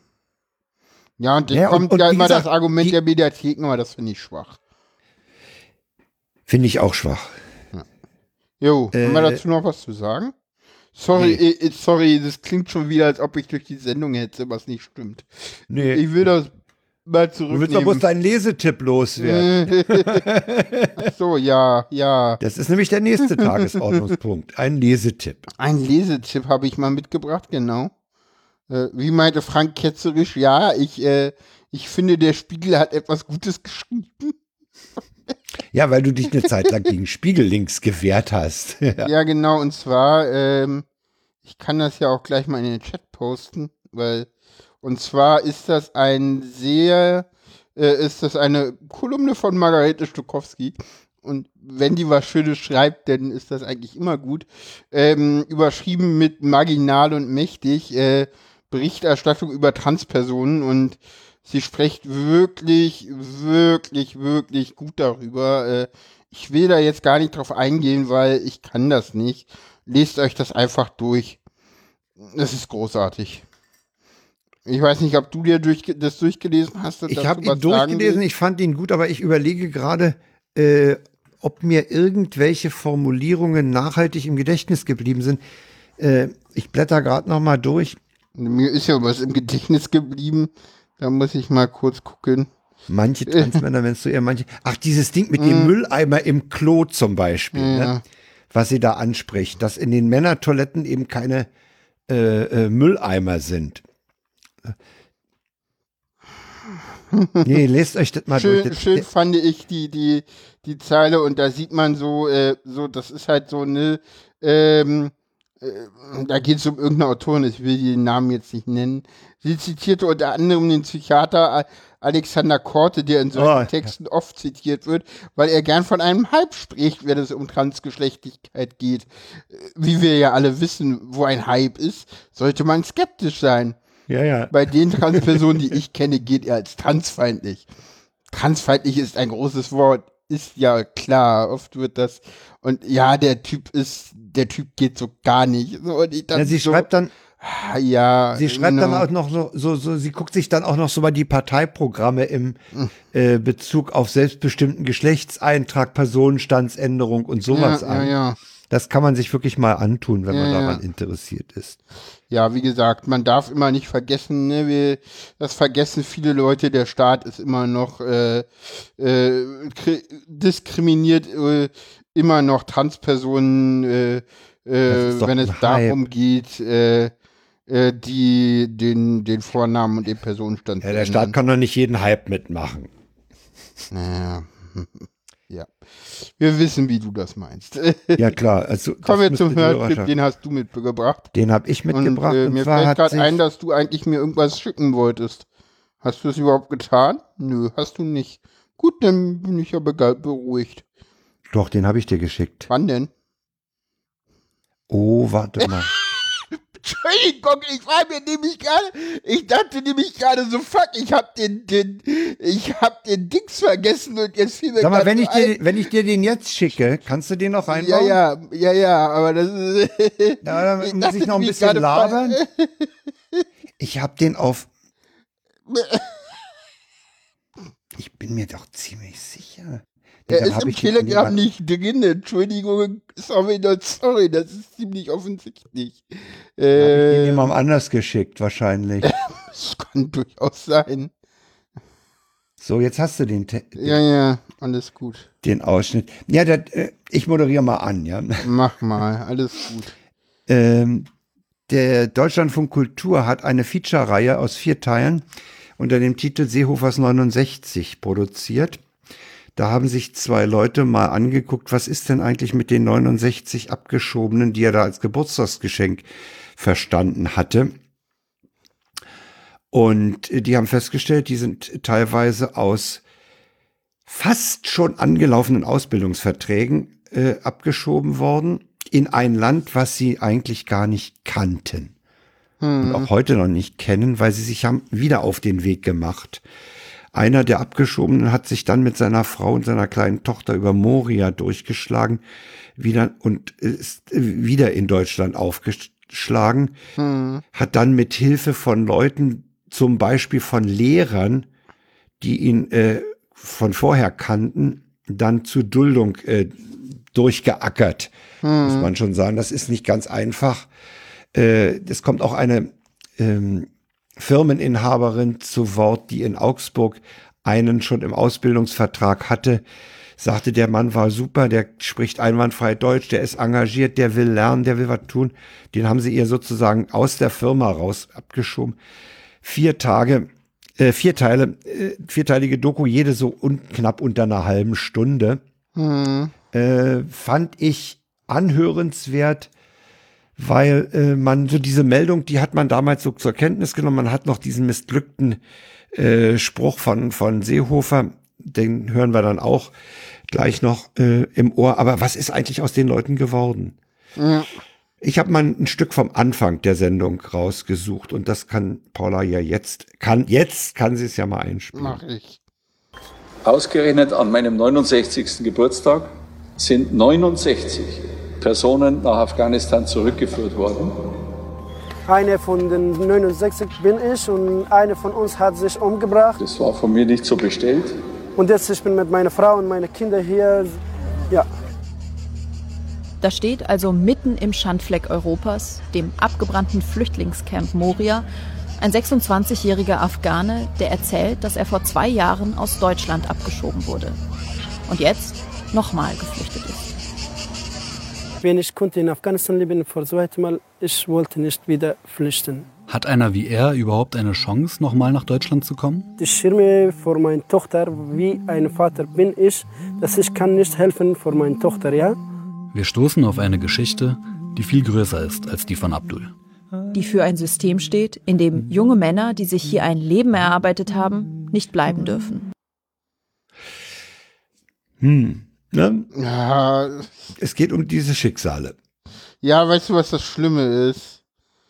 Ja, und dann kommt ja immer das Argument der Mediatheken, aber das finde ich schwach. Finde ich auch schwach. Ja. Jo, haben wir dazu noch was zu sagen? Sorry, das klingt schon wieder, als ob ich durch die Sendung hetze, was nicht stimmt. Nee. Ich will das mal zurücknehmen. Du willst doch bloß deinen Lesetipp loswerden. Ach so, ja. Das ist nämlich der nächste Tagesordnungspunkt. Ein Lesetipp. Ein Lesetipp habe ich mal mitgebracht, genau. Wie meinte Frank ketzerisch, ja, ich finde, der Spiegel hat etwas Gutes geschrieben. Ja, weil du dich eine Zeit lang gegen Spiegellinks gewehrt hast. Ja, genau, und zwar, ich kann das ja auch gleich mal in den Chat posten, und zwar ist das ist das eine Kolumne von Margarete Stokowski. Und wenn die was Schönes schreibt, dann ist das eigentlich immer gut. Überschrieben mit marginal und mächtig, Berichterstattung über Transpersonen, und sie spricht wirklich, wirklich, wirklich gut darüber. Ich will da jetzt gar nicht drauf eingehen, weil ich kann das nicht. Lest euch das einfach durch. Das ist großartig. Ich weiß nicht, ob du dir das durchgelesen hast. Ich habe ihn durchgelesen, ich fand ihn gut, aber ich überlege gerade, ob mir irgendwelche Formulierungen nachhaltig im Gedächtnis geblieben sind. Ich blätter gerade noch mal durch. Mir ist ja was im Gedächtnis geblieben. Da muss ich mal kurz gucken. Manche Transmänner, wenn du eher manche. Ach, dieses Ding mit dem Mülleimer im Klo zum Beispiel, ne? Was sie da anspricht, dass in den Männertoiletten eben keine Mülleimer sind. Nee, lest euch das mal durch. Schön fand ich die Zeile, und da sieht man so, das ist halt so eine, da geht es um irgendeine Autorin, ich will den Namen jetzt nicht nennen. Sie zitierte unter anderem den Psychiater Alexander Korte, der in solchen Texten oft zitiert wird, weil er gern von einem Hype spricht, wenn es um Transgeschlechtlichkeit geht. Wie wir ja alle wissen, wo ein Hype ist, sollte man skeptisch sein. Ja. Bei den Transpersonen, die ich kenne, geht er als transfeindlich. Transfeindlich ist ein großes Wort, ist ja klar, oft wird das, und ja, der Typ geht so gar nicht. So, und ich sie schreibt dann, sie schreibt dann auch noch so, sie guckt sich dann auch noch so mal die Parteiprogramme im Bezug auf selbstbestimmten Geschlechtseintrag, Personenstandsänderung und sowas an. Ja. Das kann man sich wirklich mal antun, wenn man daran interessiert ist. Ja, wie gesagt, man darf immer nicht vergessen, ne, das vergessen viele Leute, der Staat ist immer noch diskriminiert immer noch Transpersonen, wenn es darum geht, den Vornamen und den Personenstand zu ändern. Der Staat kann doch nicht jeden Hype mitmachen. Naja. Ja. Wir wissen, wie du das meinst. Ja, klar. Also, kommen wir zum Hörtipp, den hast du mitgebracht. Den habe ich mitgebracht. Und mir fällt gerade ein, dass du eigentlich mir irgendwas schicken wolltest. Hast du es überhaupt getan? Nö, hast du nicht. Gut, dann bin ich aber beruhigt. Doch, den habe ich dir geschickt. Wann denn? Oh, warte mal. Entschuldigung, ich dachte nämlich gerade so, fuck, ich hab den Dings vergessen und jetzt fiel mir Sag mal, wenn ich dir den jetzt schicke, kannst du den noch reinbauen? Ja, aber das ist... Ja, dann muss ich noch ein bisschen labern. Ich hab den auf... Ich bin mir doch ziemlich sicher. Er ist im Telegram nicht drin, Entschuldigung, sorry, das ist ziemlich offensichtlich. Hab ich den jemandem anders geschickt, wahrscheinlich. Das kann durchaus sein. So, jetzt hast du den ja, alles gut. Den Ausschnitt. Ja, ich moderiere mal an, ja. Mach mal, alles gut. Der Deutschlandfunk Kultur hat eine Feature-Reihe aus 4 Teilen unter dem Titel Seehofers 69 produziert. Da haben sich 2 Leute mal angeguckt, was ist denn eigentlich mit den 69 Abgeschobenen, die er da als Geburtstagsgeschenk verstanden hatte. Und die haben festgestellt, die sind teilweise aus fast schon angelaufenen Ausbildungsverträgen abgeschoben worden in ein Land, was sie eigentlich gar nicht kannten. Und auch heute noch nicht kennen, weil sie sich haben wieder auf den Weg gemacht. Einer der Abgeschobenen hat sich dann mit seiner Frau und seiner kleinen Tochter über Moria durchgeschlagen und ist wieder in Deutschland aufgeschlagen, hat dann mit Hilfe von Leuten, zum Beispiel von Lehrern, die ihn von vorher kannten, dann zur Duldung durchgeackert, muss man schon sagen. Das ist nicht ganz einfach. Es kommt auch eine Firmeninhaberin zu Wort, die in Augsburg einen schon im Ausbildungsvertrag hatte, sagte, der Mann war super, der spricht einwandfrei Deutsch, der ist engagiert, der will lernen, der will was tun. Den haben sie ihr sozusagen aus der Firma raus abgeschoben. 4 Teile, 4-teilige Doku, jede so knapp unter einer halben Stunde. fand ich anhörenswert, weil man so diese Meldung, die hat man damals so zur Kenntnis genommen. Man hat noch diesen missglückten Spruch von Seehofer, den hören wir dann auch gleich noch im Ohr. Aber was ist eigentlich aus den Leuten geworden? Ja. Ich habe mal ein Stück vom Anfang der Sendung rausgesucht und das kann Paula ja jetzt kann sie es ja mal einspielen. Mach ich. Ausgerechnet an meinem 69. Geburtstag sind 69 Personen nach Afghanistan zurückgeführt worden. Eine von den 69 bin ich und eine von uns hat sich umgebracht. Das war von mir nicht so bestellt. Und jetzt ich bin mit meiner Frau und meinen Kindern hier. Ja. Da steht also mitten im Schandfleck Europas, dem abgebrannten Flüchtlingscamp Moria, ein 26-jähriger Afghane, der erzählt, dass er vor 2 Jahren aus Deutschland abgeschoben wurde und jetzt nochmal geflüchtet ist. Wenn ich konnte in Afghanistan leben, vor 2. Mal, ich wollte nicht wieder flüchten. Hat einer wie er überhaupt eine Chance, nochmal nach Deutschland zu kommen? Ich schirme vor meiner Tochter, wie ein Vater bin ich, dass ich kann nicht helfen vor meiner Tochter, ja? Wir stoßen auf eine Geschichte, die viel größer ist als die von Abdul. Die für ein System steht, in dem junge Männer, die sich hier ein Leben erarbeitet haben, nicht bleiben dürfen. Ne? Ja, Es geht um diese Schicksale. ja, weißt du, was das Schlimme ist?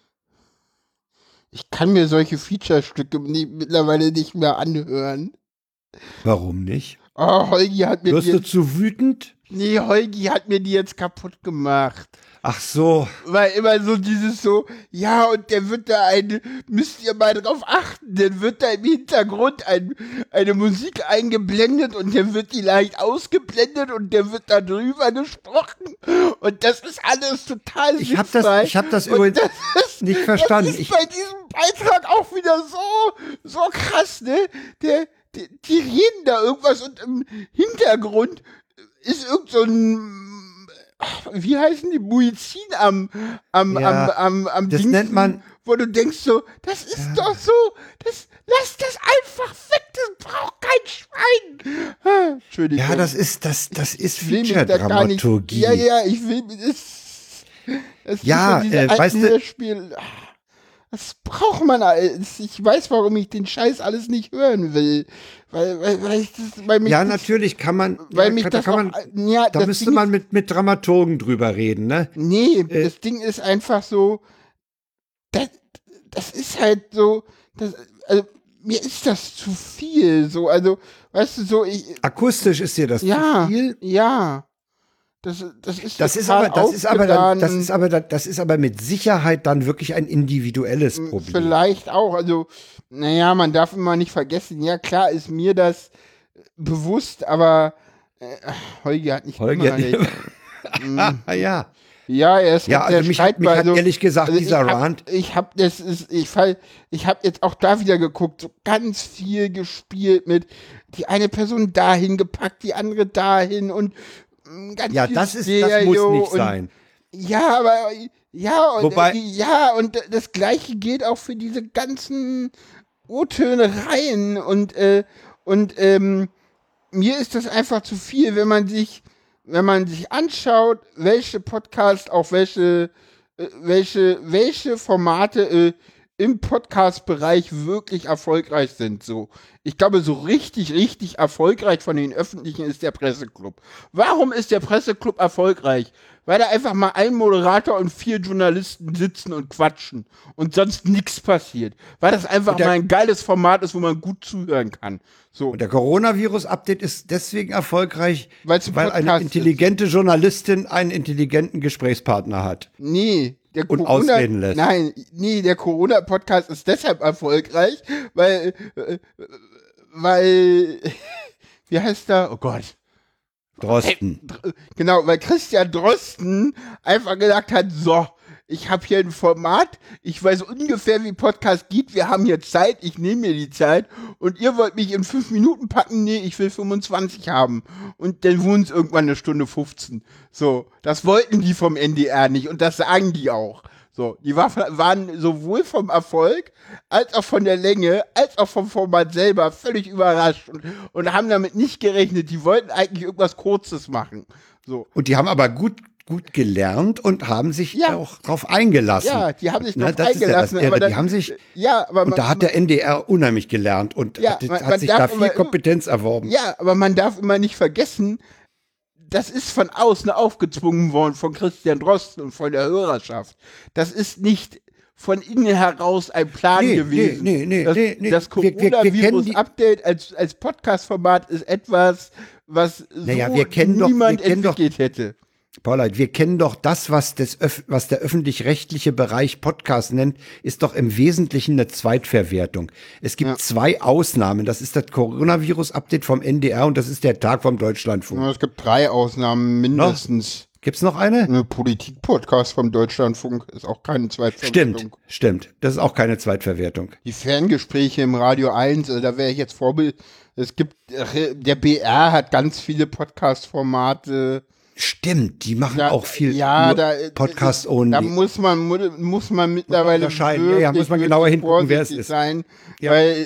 Ich kann mir solche Feature-Stücke mittlerweile nicht mehr anhören. Warum nicht? Oh, Holgi hat mir Wirst du zu wütend? Nee, Holgi hat mir die jetzt kaputt gemacht. Ach so. Weil immer so dieses so, ja, und der wird da müsst ihr mal drauf achten, dann wird da im Hintergrund eine Musik eingeblendet und dann wird die leicht ausgeblendet und dann wird da drüber gesprochen und das ist alles total Ich hab das übrigens nicht verstanden. Das ist bei diesem Beitrag auch wieder so krass, ne? Die reden da irgendwas und im Hintergrund ist irgend so ein, wie heißen die, Muizin am das Dingsen, nennt man, wo du denkst so, das ist doch so, lass das einfach weg, das braucht kein Schwein. Entschuldigung. ja, das ist Ich will mich da gar nicht- Feature-Dramaturgie. Ja, ich will, das Ja, ist so diese weißt alten du- Hörspiel. Das braucht man alles. Ich weiß, warum ich den Scheiß alles nicht hören will. Weil mich Ja, das, natürlich kann man, weil ja, mich da das kann auch, man, ja, da das müsste Ding man mit Dramaturgen drüber reden, ne? Nee, das Ding ist einfach so, das ist halt so, also mir ist das zu viel, so, also, weißt du, so, Akustisch ist dir das zu viel? ja, das ist aber mit Sicherheit dann wirklich ein individuelles Problem. Vielleicht auch, also, naja, man darf immer nicht vergessen, ja, klar ist mir das bewusst, aber Holgi hat nicht Holgi hat immer nicht- recht. ja. Ja, er ist Ja, halt sehr also mich hat streitbar. Also, ehrlich gesagt dieser Rant. Ich habe jetzt auch da wieder geguckt, so ganz viel gespielt mit die eine Person dahin gepackt, die andere dahin und ganz Ja, viel das muss Stereo nicht und, sein. Ja, aber ja und Wobei- und das gleiche gilt auch für diese ganzen O-Tönereien und mir ist das einfach zu viel, wenn man sich anschaut, welche Podcasts, auch welche Formate im Podcast-Bereich wirklich erfolgreich sind. So, ich glaube, so richtig erfolgreich von den öffentlichen ist der Presseclub. Warum ist der Presseclub erfolgreich? Weil da einfach mal ein Moderator und 4 Journalisten sitzen und quatschen und sonst nichts passiert. Weil das einfach mal ein geiles Format ist, wo man gut zuhören kann. So. Und der Coronavirus-Update ist deswegen erfolgreich, Weil es ein weil eine Podcast intelligente Journalistin einen intelligenten Gesprächspartner hat. Nee, der Und ausreden lässt. Nein, der Corona-Podcast ist deshalb erfolgreich, weil wie heißt der? Oh Gott. Drosten. Genau, weil Christian Drosten einfach gesagt hat, so, ich habe hier ein Format, ich weiß ungefähr, wie Podcast geht, wir haben hier Zeit, ich nehme mir die Zeit und ihr wollt mich in 5 Minuten packen, nee, ich will 25 haben. Und dann wurden es irgendwann 1 Stunde 15. So, das wollten die vom NDR nicht und das sagen die auch. So, die waren sowohl vom Erfolg, als auch von der Länge, als auch vom Format selber völlig überrascht und haben damit nicht gerechnet. Die wollten eigentlich irgendwas Kurzes machen. So. Und die haben aber gut gelernt und haben sich auch drauf eingelassen. Ja, die haben sich drauf eingelassen. Aber die haben sich, und da hat der NDR unheimlich gelernt und hat sich da viel Kompetenz erworben. Ja, aber man darf immer nicht vergessen, das ist von außen aufgezwungen worden von Christian Drosten und von der Hörerschaft. Das ist nicht von innen heraus ein Plan gewesen. Das Coronavirus-Update als Podcast-Format ist etwas, was niemand entwickelt hätte. Paula, wir kennen doch das, was der öffentlich-rechtliche Bereich Podcast nennt, ist doch im Wesentlichen eine Zweitverwertung. Es gibt 2 Ausnahmen. Das ist das Coronavirus-Update vom NDR und das ist der Tag vom Deutschlandfunk. Ja, es gibt 3 Ausnahmen mindestens. Gibt's noch eine? Eine Politik-Podcast vom Deutschlandfunk ist auch keine Zweitverwertung. Stimmt. Das ist auch keine Zweitverwertung. Die Ferngespräche im Radio 1, da wäre ich jetzt Vorbild. Es gibt, der BR hat ganz viele Podcast-Formate. Stimmt, die machen auch viel Podcast only. Da muss man mittlerweile unterscheiden. Ja, muss man genauer hingucken, wer es ist. Sein, weil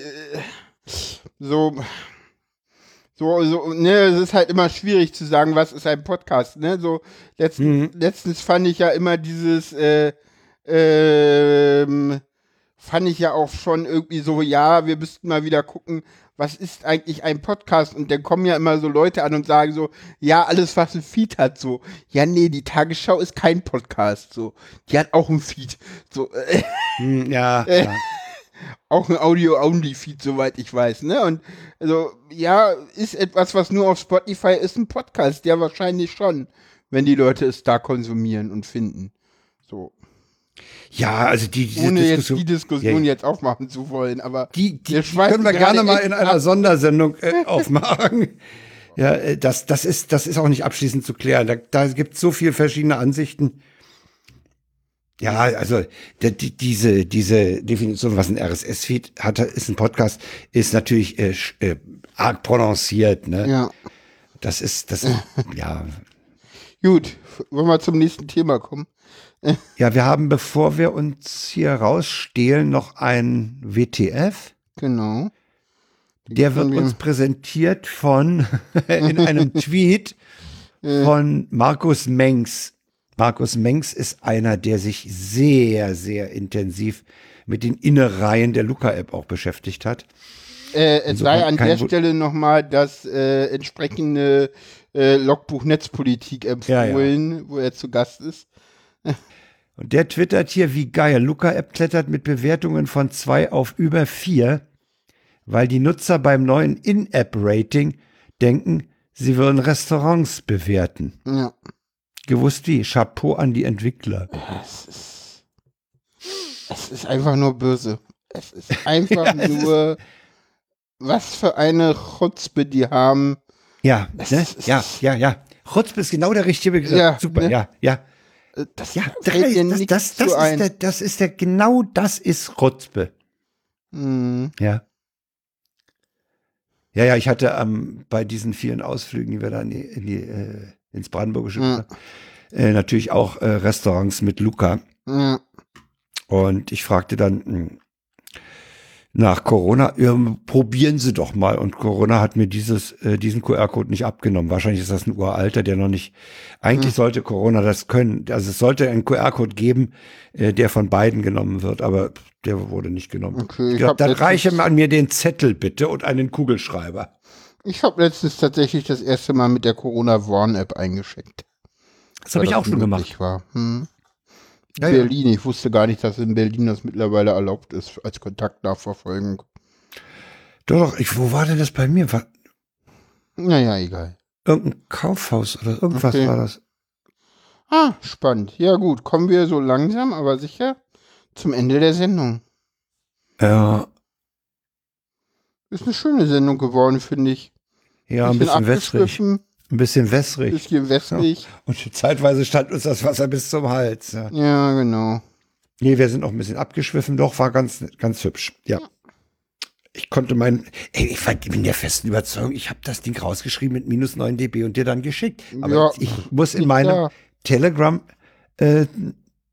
es ist halt immer schwierig zu sagen, was ist ein Podcast, ne? So letztens fand ich ja immer dieses fand ich ja auch schon irgendwie so, wir müssten mal wieder gucken, was ist eigentlich ein Podcast? Und dann kommen ja immer so Leute an und sagen so, ja, alles, was ein Feed hat, so. Ja, nee, die Tagesschau ist kein Podcast, so. Die hat auch ein Feed, so. Auch ein Audio-Only-Feed, soweit ich weiß, ne? Und, also, ist etwas, was nur auf Spotify ist, ein Podcast? Ja, wahrscheinlich schon, wenn die Leute es da konsumieren und finden. So. Ja, also ohne jetzt die Diskussion jetzt aufmachen zu wollen, aber die können wir gerne mal in einer Sondersendung aufmachen. Ja, das ist auch nicht abschließend zu klären. Da gibt es so viele verschiedene Ansichten. Ja, also diese Definition, was ein RSS-Feed hat, ist ein Podcast, ist natürlich arg prononciert. Ne? Ja. Das ist ja. Gut, wollen wir zum nächsten Thema kommen? Ja, wir haben, bevor wir uns hier rausstehlen, noch ein WTF. Genau. Der wird uns präsentiert in einem Tweet von Markus Mengs. Markus Mengs ist einer, der sich sehr, sehr intensiv mit den Innereien der Luca-App auch beschäftigt hat. Es sei an der Stelle nochmal das entsprechende Logbuch Netzpolitik empfohlen, wo er zu Gast ist. Und der twittert hier, wie geil. Luca-App klettert mit Bewertungen von 2 auf über 4, weil die Nutzer beim neuen In-App-Rating denken, sie würden Restaurants bewerten. Ja. Gewusst wie? Chapeau an die Entwickler. Es ist einfach nur böse. Es ist einfach nur, was für eine Chutzpe die haben. Ja, ja. Chutzpe ist genau der richtige Begriff. Ja, super, ne? ja. Das ist Chutzpe. Mhm. Ja. Ja, ich hatte bei diesen vielen Ausflügen, die wir dann ins Brandenburgische natürlich auch Restaurants mit Luca. Ja. Und ich fragte dann nach Corona, probieren Sie doch mal. Und Corona hat mir diesen QR-Code nicht abgenommen. Wahrscheinlich ist das ein uralter, der noch nicht. Eigentlich sollte Corona das können. Also es sollte einen QR-Code geben, der von beiden genommen wird, aber der wurde nicht genommen. Okay, ich glaub, dann reiche man mir den Zettel bitte und einen Kugelschreiber. Ich habe letztens tatsächlich das erste Mal mit der Corona-Warn-App eingeschickt. Das habe ich auch schon gemacht. Berlin, ich wusste gar nicht, dass in Berlin das mittlerweile erlaubt ist als Kontaktnachverfolgung. Doch, wo war denn das bei mir? Naja, egal. Irgendein Kaufhaus oder irgendwas war das. Spannend. Ja gut, kommen wir so langsam, aber sicher zum Ende der Sendung. Ja. Ist eine schöne Sendung geworden, finde ich. Ja, ein bisschen wässrig. Ein bisschen wässrig. Ja. Und zeitweise stand uns das Wasser bis zum Hals. Ja, genau. Nee, wir sind auch ein bisschen abgeschwiffen, doch, war ganz, ganz hübsch. Ja. Ich konnte ich bin der festen Überzeugung, ich habe das Ding rausgeschrieben mit -9 dB und dir dann geschickt. Aber ich muss in meinem Telegram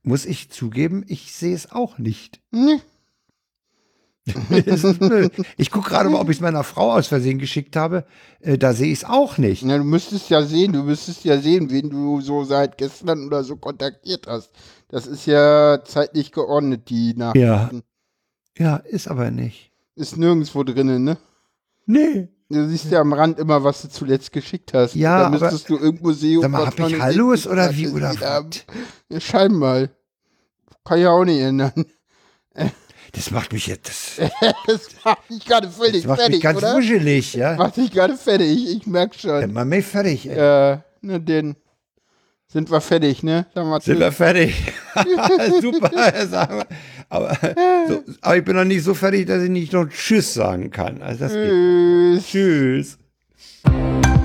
muss ich zugeben, ich sehe es auch nicht. Nee. Das ist blöd. Ich gucke gerade mal, ob ich es meiner Frau aus Versehen geschickt habe. Da sehe ich es auch nicht. Na, du müsstest ja sehen, wen du so seit gestern oder so kontaktiert hast. Das ist ja zeitlich geordnet, die Nachrichten. Ja, ist aber nicht. Ist nirgendwo drinnen, ne? Nee. Du siehst ja am Rand immer, was du zuletzt geschickt hast. Ja, da müsstest du irgendwo sehen, Sag mal, hab ich Hallos oder wie, oder was? Ja, scheinbar. Kann ich auch nicht ändern. Das macht mich jetzt, Das macht mich gerade völlig das macht fertig, mich ganz oder? wuschelig, ja. Macht dich gerade fertig, ich merk Dann schon. mach mich fertig, ey. Na denn. Sind wir fertig, ne? Sag mal, Sind wir fertig? Super, sagen wir. Aber ich bin noch nicht so fertig, dass ich nicht noch Tschüss sagen kann. Also das geht. Tschüss. Tschüss.